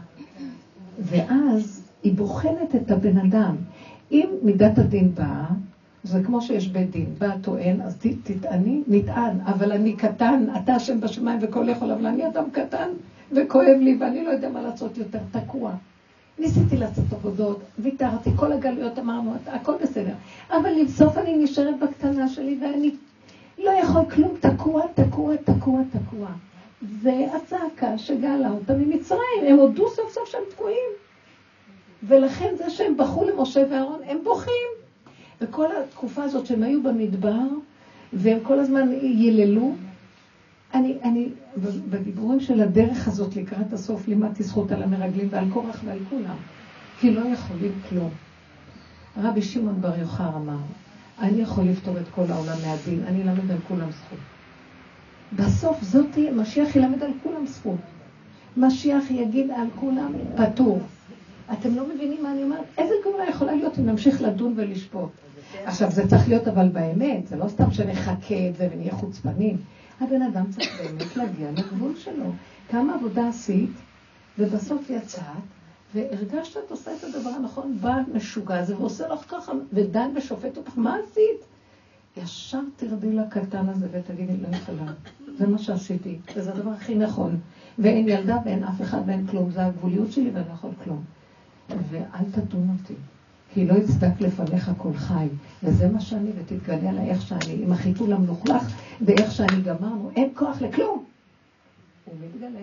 ואז היא בוחנת את הבן אדם. אם מידת הדין באה, זה כמו שיש בית דין, בא טוען, אז תטעני, נטען, אבל אני קטן, אתה השם בשמיים וכל יכול, אבל אני אדם קטן וכואב לי ואני לא יודע מה לעשות יותר, תקוע. ניסיתי לעשות עבודות, ויתרתי, כל הגלויות אמרנו, הכל בסדר. אבל לבסוף אני נשארת בקטנה שלי ואני לא יכול כלום, תקוע, תקוע, תקוע, תקוע. והצעקה שגאלה אותה ממצרים, הם הודו סוף סוף שהם תקועים. ולכן זה שהם בחו למשה ואהרון, הם בוכים. וכל התקופה הזאת שהם היו במדבר, והם כל הזמן יללו, אני, אני, בדיבורים של הדרך הזאת לקראת הסוף, לימדתי זכות על המרגלים ועל קורח ועל כולם, כי לא יכולים כלום. רבי שמעון בר יוחאי אמר, אני יכול לפתור את כל העולם מהדין, אני אלמד על כולם זכות. בסוף זאתי, משיח ילמד על כולם זכות. משיח יגיד על כולם פטור. אתם לא מבינים מה אני אומרת? איזה גאולה יכולה להיות אם נמשיך לדון ולשפוט? עכשיו, זה צריך להיות אבל באמת, זה לא סתם שנחכה את זה ונהיה חוצפנים. הבן אדם צריך באמת להגיע לגבול שלו. כמה עבודה עשית, ובסוף יצאת, והרגשת את עושה את הדבר הנכון, בא משוגע הזה ועושה לך ככה, ודן ושופט אותך, מה עשית? ישר תרדי לקטן הזה ותגידי, לא יכולה. זה מה שעשיתי, וזה הדבר הכי נכון. ואין ילדה ואין אף אחד ואין כלום, זה הגבוליות שלי ואני לא יכול כלום. ואל תדון אותי, כי לא יצדק לפניך כל חי, וזה מה שאני, ותתגלה עליי איך שאני, עם החיתול המלוכלך, ואיך שאני גמרנו, אין כוח לכלום. הוא מתגלה.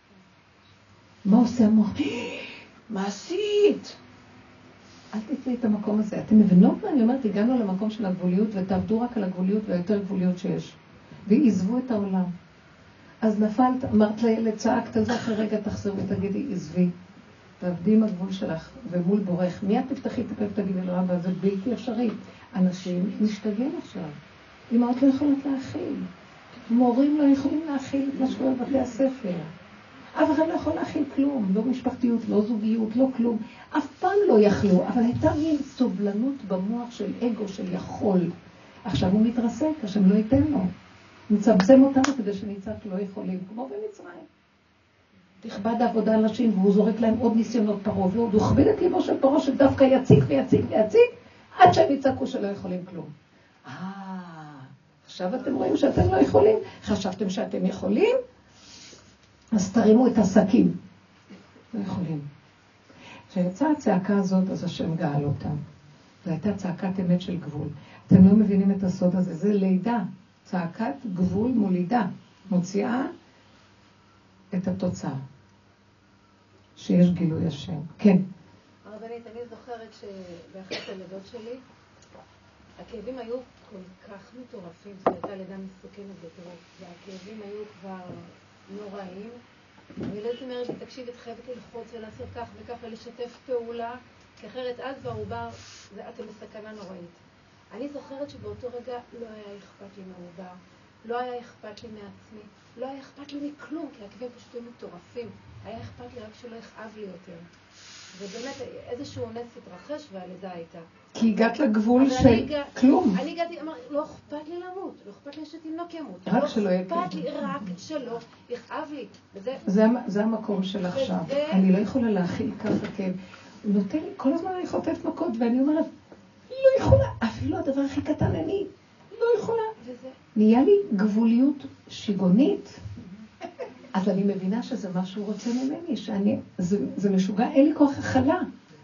מה עושה המוח? מה עשית? אל תצאי את המקום הזה. אתם מבינות מה אני אומרת? הגענו למקום של הגבוליות, ותעבדו רק על הגבוליות והיותר גבוליות שיש. ועזבו את העולם. אז נפלת, אמרת לילד, צעקת על זה, אחרי רגע תחזר ותגידי, עזבי. תעבדי עם הגבול שלך, ומול בורך. מיד תפתחי את הפה ותגידי לו, אבל זה בלתי אפשרי. אנשים משתגעים עכשיו. אמהות לא יכולות להכיל. מורים לא יכולים להכיל את מה שקורה בבתי הספר. אף אחד לא יכול להכיל כלום, לא משפחתיות, לא זוגיות, לא כלום. אף פעם לא יכלו, אבל הייתה מין סובלנות במוח של אגו, של יכול. עכשיו הוא מתרסק, השם לא ייתן לו. מצמצם אותנו כדי שנצעק לא יכולים, כמו במצרים. תכבד העבודה על נשים, והוא זורק להם עוד ניסיונות פרעה, והוא יכבד את ליבו של פרעה שדווקא יציג ויציג ויציג, עד שהם יצעקו שלא יכולים כלום. אה, עכשיו אתם רואים שאתם לא יכולים? חשבתם שאתם יכולים? אז תרימו את הסכים. לא יכולים. כשיצאה הצעקה הזאת, אז השם גאל אותם. זו הייתה צעקת אמת של גבול. אתם לא מבינים את הסוד הזה, זה לידה. צעקת גבול מולידה. מוציאה את התוצאה. שיש גילוי השם. כן. הרבנית, אני זוכרת שבאחת הלידות שלי, הכאבים היו כל כך מטורפים, זו הייתה לידה מסוכנת בטירוף, והכאבים היו כבר נוראים. הילדת אומרת לי, תקשיב, את חייבת ללחוץ ולעשות כך וכך ולשתף פעולה, כי אחרת את והעובר, אתם בסכנה נוראית. אני זוכרת שבאותו רגע לא היה אכפת לי מהעובר, לא היה אכפת לי מעצמי, לא היה אכפת לי מכלום, כי הכאבים פשוט היו מטורפים. היה אכפת לי רק שלא יכאב לי יותר. ובאמת איזשהו נס התרחש והלידה הייתה. כי הגעת לגבול של הגע... כלום. אני הגעתי, אמר, לא אכפת לי למות, לא אכפת לי שתינוק ימות. רק לא שלא יקרה. לא אכפת לי רק שלא יכאב לי. וזה... זה, זה המקום של עכשיו. וזה... אני לא יכולה להכיל ככה כאב. הוא נותן לי, כל הזמן אני חוטף מכות, ואני אומרת, לא יכולה, אפילו הדבר הכי קטן, אני לא יכולה. וזה... נהיה לי גבוליות שיגונית. אז אני מבינה שזה מה שהוא רוצה ממני, שאני, זה, זה משוגע, אין לי כוח הכלה.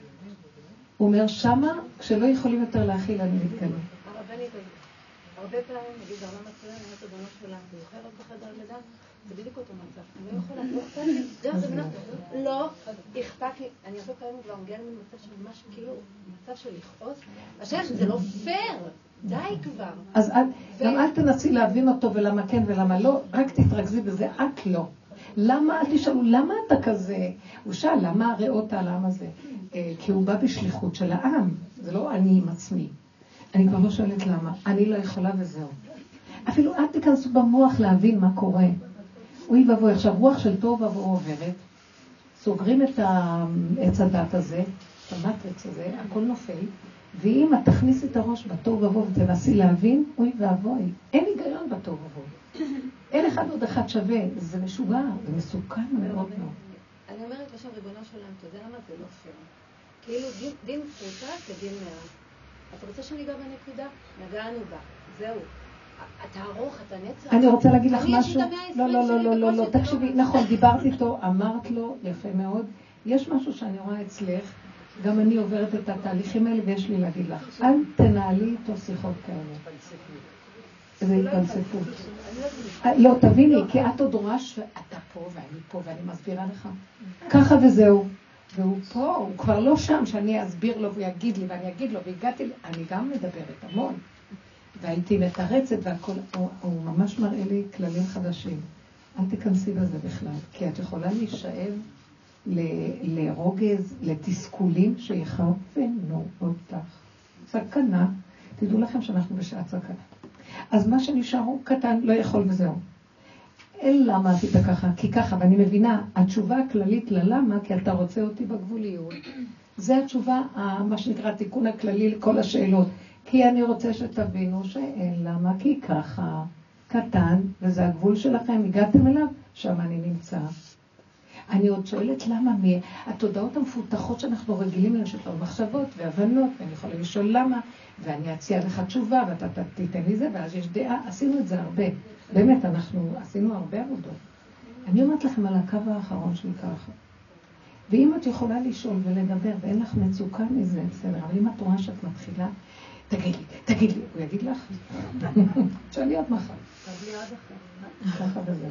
הוא אומר, שמה, כשלא יכולים יותר להכיל, אני מתגלה. הרבנית, הרבה פעמים, נגיד, העולם מצוין, אני אומרת הבנות שלה, אני זוכרת בחדר לידה, זה בדיוק אותו מצב. אני לא יכולה, לא אכפת לי, זהו, זה בנות, לא אכפת לי. אני הרבה פעמים כבר מגיעה למצב של משהו, כאילו, מצב של לכעוס. השאלה שזה לא פייר, די כבר. אז גם אל תנסי להבין אותו ולמה כן ולמה לא, רק תתרכזי בזה, את לא. למה, אל תשאלו, למה אתה כזה? הוא שאל, למה הראות על העם הזה? כי הוא בא בשליחות של העם, זה לא אני עם עצמי. אני כבר לא שואלת למה, אני לא יכולה וזהו. אפילו אל תיכנסו במוח להבין מה קורה. אוי ובוא, עכשיו רוח של טוב ובוא עוברת, סוגרים את העץ הדת הזה, את המטריקס הזה, הכל נופל, ואם את תכניסי את הראש בטוב ובוא ותנסי להבין, אוי ואבוי, אין היגיון בטוב ובוא. אין אחד עוד אחד שווה, זה משוגע, זה מסוכן מאוד מאוד. אני אומרת בשם ריבונו של עולם, אתה יודע למה זה לא פייר? כאילו דין פרוטה כדין מאה. אתה רוצה שניגע בנקודה? נגענו בה, זהו. אתה ארוך, אתה נצח. אני רוצה להגיד לך משהו. לא, לא, לא, לא, לא, לא, תקשיבי, נכון, דיברת איתו, אמרת לו, יפה מאוד. יש משהו שאני רואה אצלך, גם אני עוברת את התהליכים האלה ויש לי להגיד לך. אל תנהלי איתו שיחות כאלה. זה התפלספות. לא, תביני, כי את עוד רואה שאתה פה ואני פה ואני מסבירה לך. ככה וזהו. והוא פה, הוא כבר לא שם שאני אסביר לו ויגיד לי ואני אגיד לו והגעתי, אני גם מדברת המון. והייתי מתרצת והכל, הוא ממש מראה לי כללים חדשים. אל תכנסי בזה בכלל, כי את יכולה להישאב לרוגז, לתסכולים שיכוונו אותך. סכנה, תדעו לכם שאנחנו בשעת סכנה. אז מה שנשאר הוא קטן, לא יכול וזהו. אין למה עשית ככה, כי ככה, ואני מבינה, התשובה הכללית ללמה, כי אתה רוצה אותי בגבוליות. זה התשובה, מה שנקרא, התיקון הכללי לכל השאלות. כי אני רוצה שתבינו שאין למה, כי ככה, קטן, וזה הגבול שלכם, הגעתם אליו, שם אני נמצא. אני עוד שואלת למה, מי, התודעות המפותחות שאנחנו רגילים להן, שיש לנו מחשבות והבנות, ואני יכולה לשאול למה, ואני אציע לך תשובה, ואתה תיתן לי זה, ואז יש דעה, עשינו את זה הרבה. באמת, אנחנו עשינו הרבה עבודות. אני אומרת לכם על הקו האחרון שלי ככה. ואם את יכולה לשאול ולדבר, ואין לך מצוקה מזה, בסדר, אבל אם את רואה שאת מתחילה, תגיד לי, תגיד לי, הוא יגיד לך? תשאלי עד מחר. תבלי עד אחר. ככה וזה.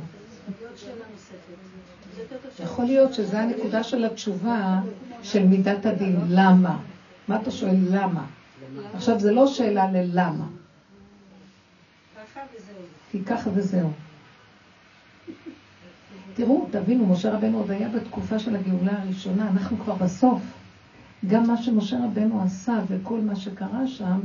יכול להיות שזה הנקודה של התשובה של מידת הדין. למה? מה אתה שואל? למה? עכשיו זה לא שאלה ללמה. כי ככה וזהו. תראו, תבינו, משה רבנו עוד היה בתקופה של הגאולה הראשונה, אנחנו כבר בסוף. גם מה שמשה רבנו עשה וכל מה שקרה שם,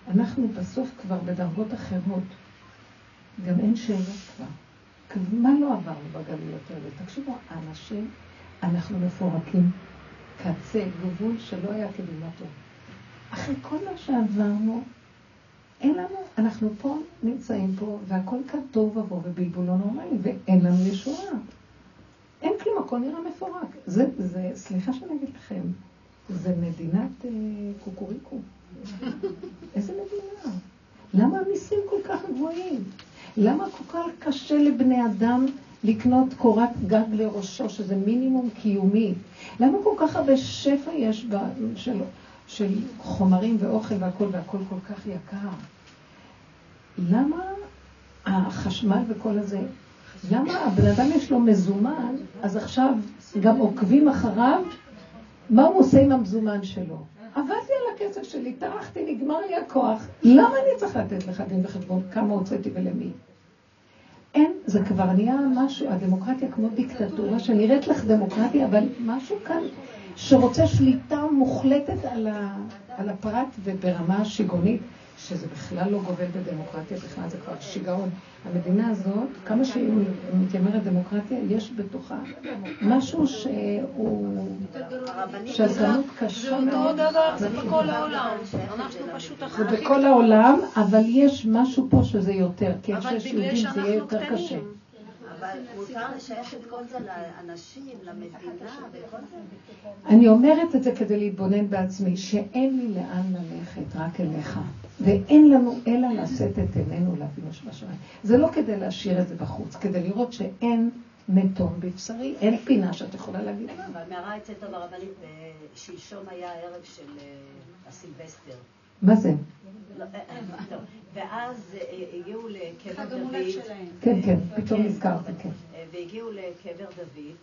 אנחנו בסוף כבר בדרגות אחרות. גם אין שאלות כבר. מה לא עברנו בגלויות האלה? תקשיבו, האנשים, אנחנו מפורקים. קצה, גבול שלא היה כדוגמתו. אחרי כל מה שעברנו, אין לנו, אנחנו פה נמצאים פה, והכל כאן טוב ובוא ובלבול לא נורמלי, ואין לנו ישועה. אין כלום, הכל נראה מפורק. זה, זה, סליחה שאני אגיד לכם, זה מדינת אה, קוקוריקו. איזה מדינה? למה המיסים כל כך גבוהים? למה כל כך קשה לבני אדם לקנות קורת גג לראשו, שזה מינימום קיומי? למה כל כך הרבה שפע יש בה, של, של חומרים ואוכל והכל, והכל כל כך יקר? למה החשמל וכל הזה? למה הבן אדם יש לו מזומן, אז עכשיו גם עוקבים אחריו, מה הוא עושה עם המזומן שלו? עבדתי על הכסף שלי, טרחתי, נגמר לי הכוח. למה אני צריך לתת לך דין וחשבון כמה הוצאתי ולמי? אין, זה כבר נהיה משהו, הדמוקרטיה כמו דיקטטורה, שנראית לך דמוקרטיה, אבל משהו כאן שרוצה שליטה מוחלטת על, ה, על הפרט וברמה שיגונית, שזה בכלל לא גובל בדמוקרטיה, בכלל זה כבר שיגעון. המדינה הזאת, כמה שהיא מתיימרת דמוקרטיה, יש בתוכה משהו שהוא שזנות קשה מאוד. זה אותו דבר, זה בכל העולם. אנחנו פשוט הכי זה בכל העולם, אבל יש משהו פה שזה יותר, כי אבל יש בגלל יהודים זה יהיה שאנחנו יותר קשה. קטנים. אבל מותר לשייך את כל זה לאנשים, למדינה וכל זה. אני אומרת את זה כדי להתבונן בעצמי, שאין לי לאן ללכת, רק אליך. ואין לנו אלא לשאת את עינינו לאבינו שבשמיים. זה לא כדי להשאיר את זה בחוץ, כדי לראות שאין מתום בבשרי, אין פינה שאת יכולה להגיד. אבל מערה יצאת טוב הרבנית, שלשום היה הערב של הסילבסטר. מה זה? ואז הגיעו לקבר דוד. כן, כן, פתאום נזכרתי, כן. והגיעו לקבר דוד.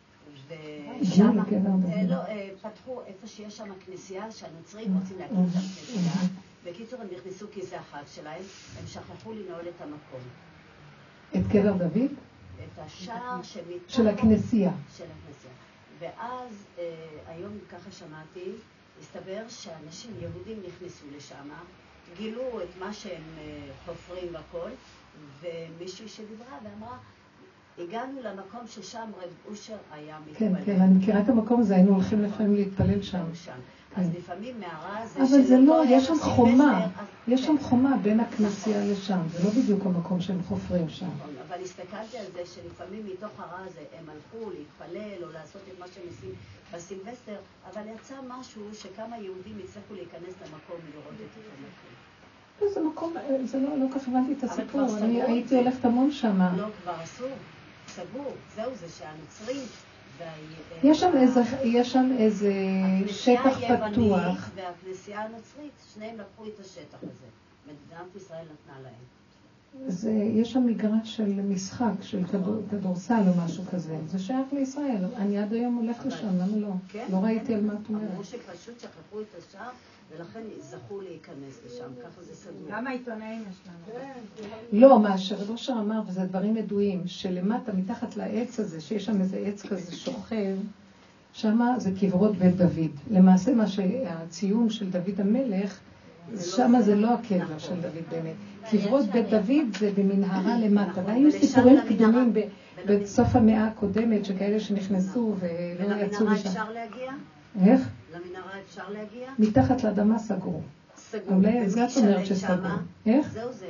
הגיעו לקבר דוד. לא, פתחו איפה שיש שם כנסייה, שהנוצרים רוצים להקים את הכנסייה. בקיצור, הם נכנסו כי זה החג שלהם, הם שכחו לנעול את המקום. את קבר דוד? את השער שמתחת... של הכנסייה. של הכנסייה. ואז היום ככה שמעתי, הסתבר שאנשים יהודים נכנסו לשם, גילו את מה שהם חופרים והכל, ומישהי שדיברה ואמרה, הגענו למקום ששם רב אושר היה מתפלל. כן, כן, אני מכירה את המקום הזה, היינו הולכים לפעמים להתפלל שם. אז לפעמים מערה זה... אבל זה לא, יש שם חומה, יש שם חומה בין הכנסייה לשם, זה לא בדיוק המקום שהם חופרים שם. אבל הסתכלתי על זה שלפעמים מתוך הרע הזה הם הלכו להתפלל או לעשות את מה שהם עושים בסילבסטר, אבל יצא משהו שכמה יהודים הצליחו להיכנס למקום ולראות את המקום. זה מקום, זה לא, לא כך הבנתי את הסיפור, אני הייתי הולכת המון שם. לא, כבר אסור, סגור, זהו זה שהנוצרים... יש שם איזה, יש שם איזה שטח פתוח. והכנסייה הנוצרית, שניהם לקחו את השטח הזה. מדינת ישראל נתנה להם. זה, יש שם מגרש של משחק, של כדורסל או משהו כזה. זה שייך לישראל. אני עד היום הולכת לשם, למה לא? לא ראיתי על מה את אומרת. אמרו שפשוט שכחו את השער, ולכן זכו להיכנס לשם. ככה זה סגור. גם העיתונאים יש לנו. לא, מה שרב אושר אמר, וזה דברים ידועים, שלמטה, מתחת לעץ הזה, שיש שם איזה עץ כזה שוכב, שמה זה קברות בית דוד. למעשה מה שהציון של דוד המלך, שמה זה לא הקבר של דוד באמת. קברות בית דוד זה במנהרה למטה. והיו סיפורים קדומים בסוף המאה הקודמת, שכאלה שנכנסו ולא יצאו ולמנהרה לשם. אפשר להגיע? איך? למנהרה אפשר להגיע? מתחת לאדמה סגרו. סגור. אולי זה את אומרת שסגרו. איך? זהו זה,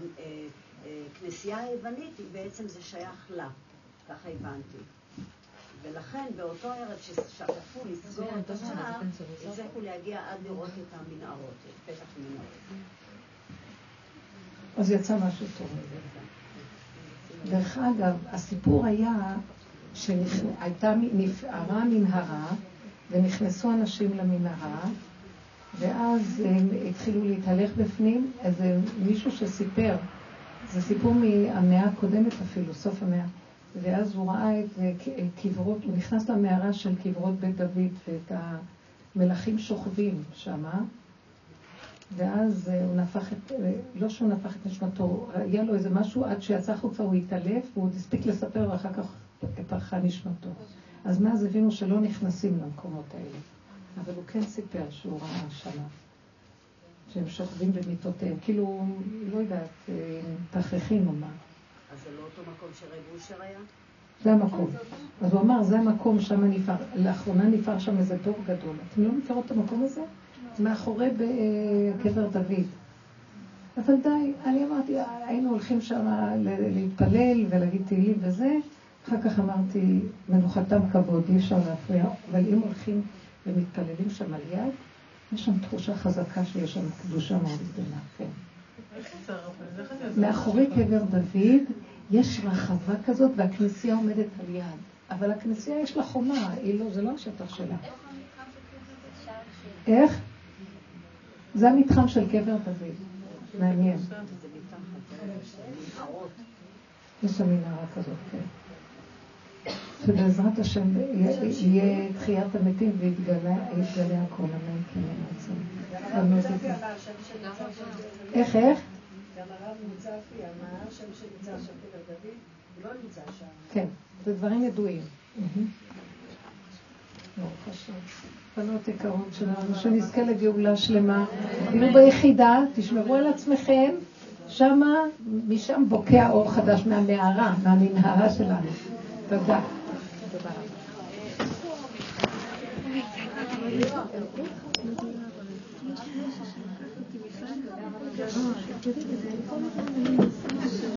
שהכנסייה היוונית היא בעצם זה שייך לה. ככה הבנתי. ולכן באותו ערב ששכחו לסגור את השער, הצליחו להגיע עד לראות את המנהרות, את פתח המנהרות. אז יצא משהו טוב. דרך אגב, הסיפור היה שהייתה נפערה מנהרה, ונכנסו אנשים למנהרה, ואז הם התחילו להתהלך בפנים. אז מישהו שסיפר, זה סיפור מהמאה הקודמת אפילו, סוף המאה, ואז הוא ראה את קברות, הוא נכנס למערה של קברות בית דוד, ואת המלכים שוכבים שמה, ואז הוא נפח את, לא שהוא נפח את נשמתו, היה לו איזה משהו, עד שיצא חוצה הוא התעלף, והוא הספיק לספר, ואחר כך פרחה נשמתו. אז מאז הבינו שלא נכנסים למקומות האלה. אבל הוא כן סיפר שהוא ראה שמה, שהם שוכבים במיטותיהם, כאילו, לא יודעת, תכריכים או מה. אז זה לא אותו מקום שרב אושר היה? זה המקום. אז הוא אמר, זה המקום שם נפער, לאחרונה נפער שם איזה דור גדול. אתם לא מכירות את המקום הזה? מאחורי בקבר דוד. אבל די, אני אמרתי, היינו הולכים שם להתפלל ולהגיד תהילים וזה, אחר כך אמרתי, מנוחתם כבוד, אי אפשר להפריע, אבל אם הולכים ומתפללים שם על יד, יש שם תחושה חזקה שיש שם קדושה מאוד גדולה, כן. מאחורי קבר דוד יש רחבה כזאת והכנסייה עומדת על יד, אבל הכנסייה יש לה חומה, לא, זה לא השטח שלה. איך? זה המתחם של קבר דוד. מעניין. יש שם מנהרה כזאת, כן. שבעזרת השם יהיה תחיית המתים ויתגלה הכל, אמן כן ירצה. איך, איך? גם הרב מוצפי אמר שם שנמצא שם קבר דוד, הוא לא נמצא שם. כן, זה דברים ידועים. לא חשוב. בנות יקרות שלנו, שנזכה לגאולה שלמה. תהיו ביחידה, תשמרו על עצמכם, שמה, משם בוקע אור חדש מהמערה, מהמנהרה שלנו. תודה. תודה רבה.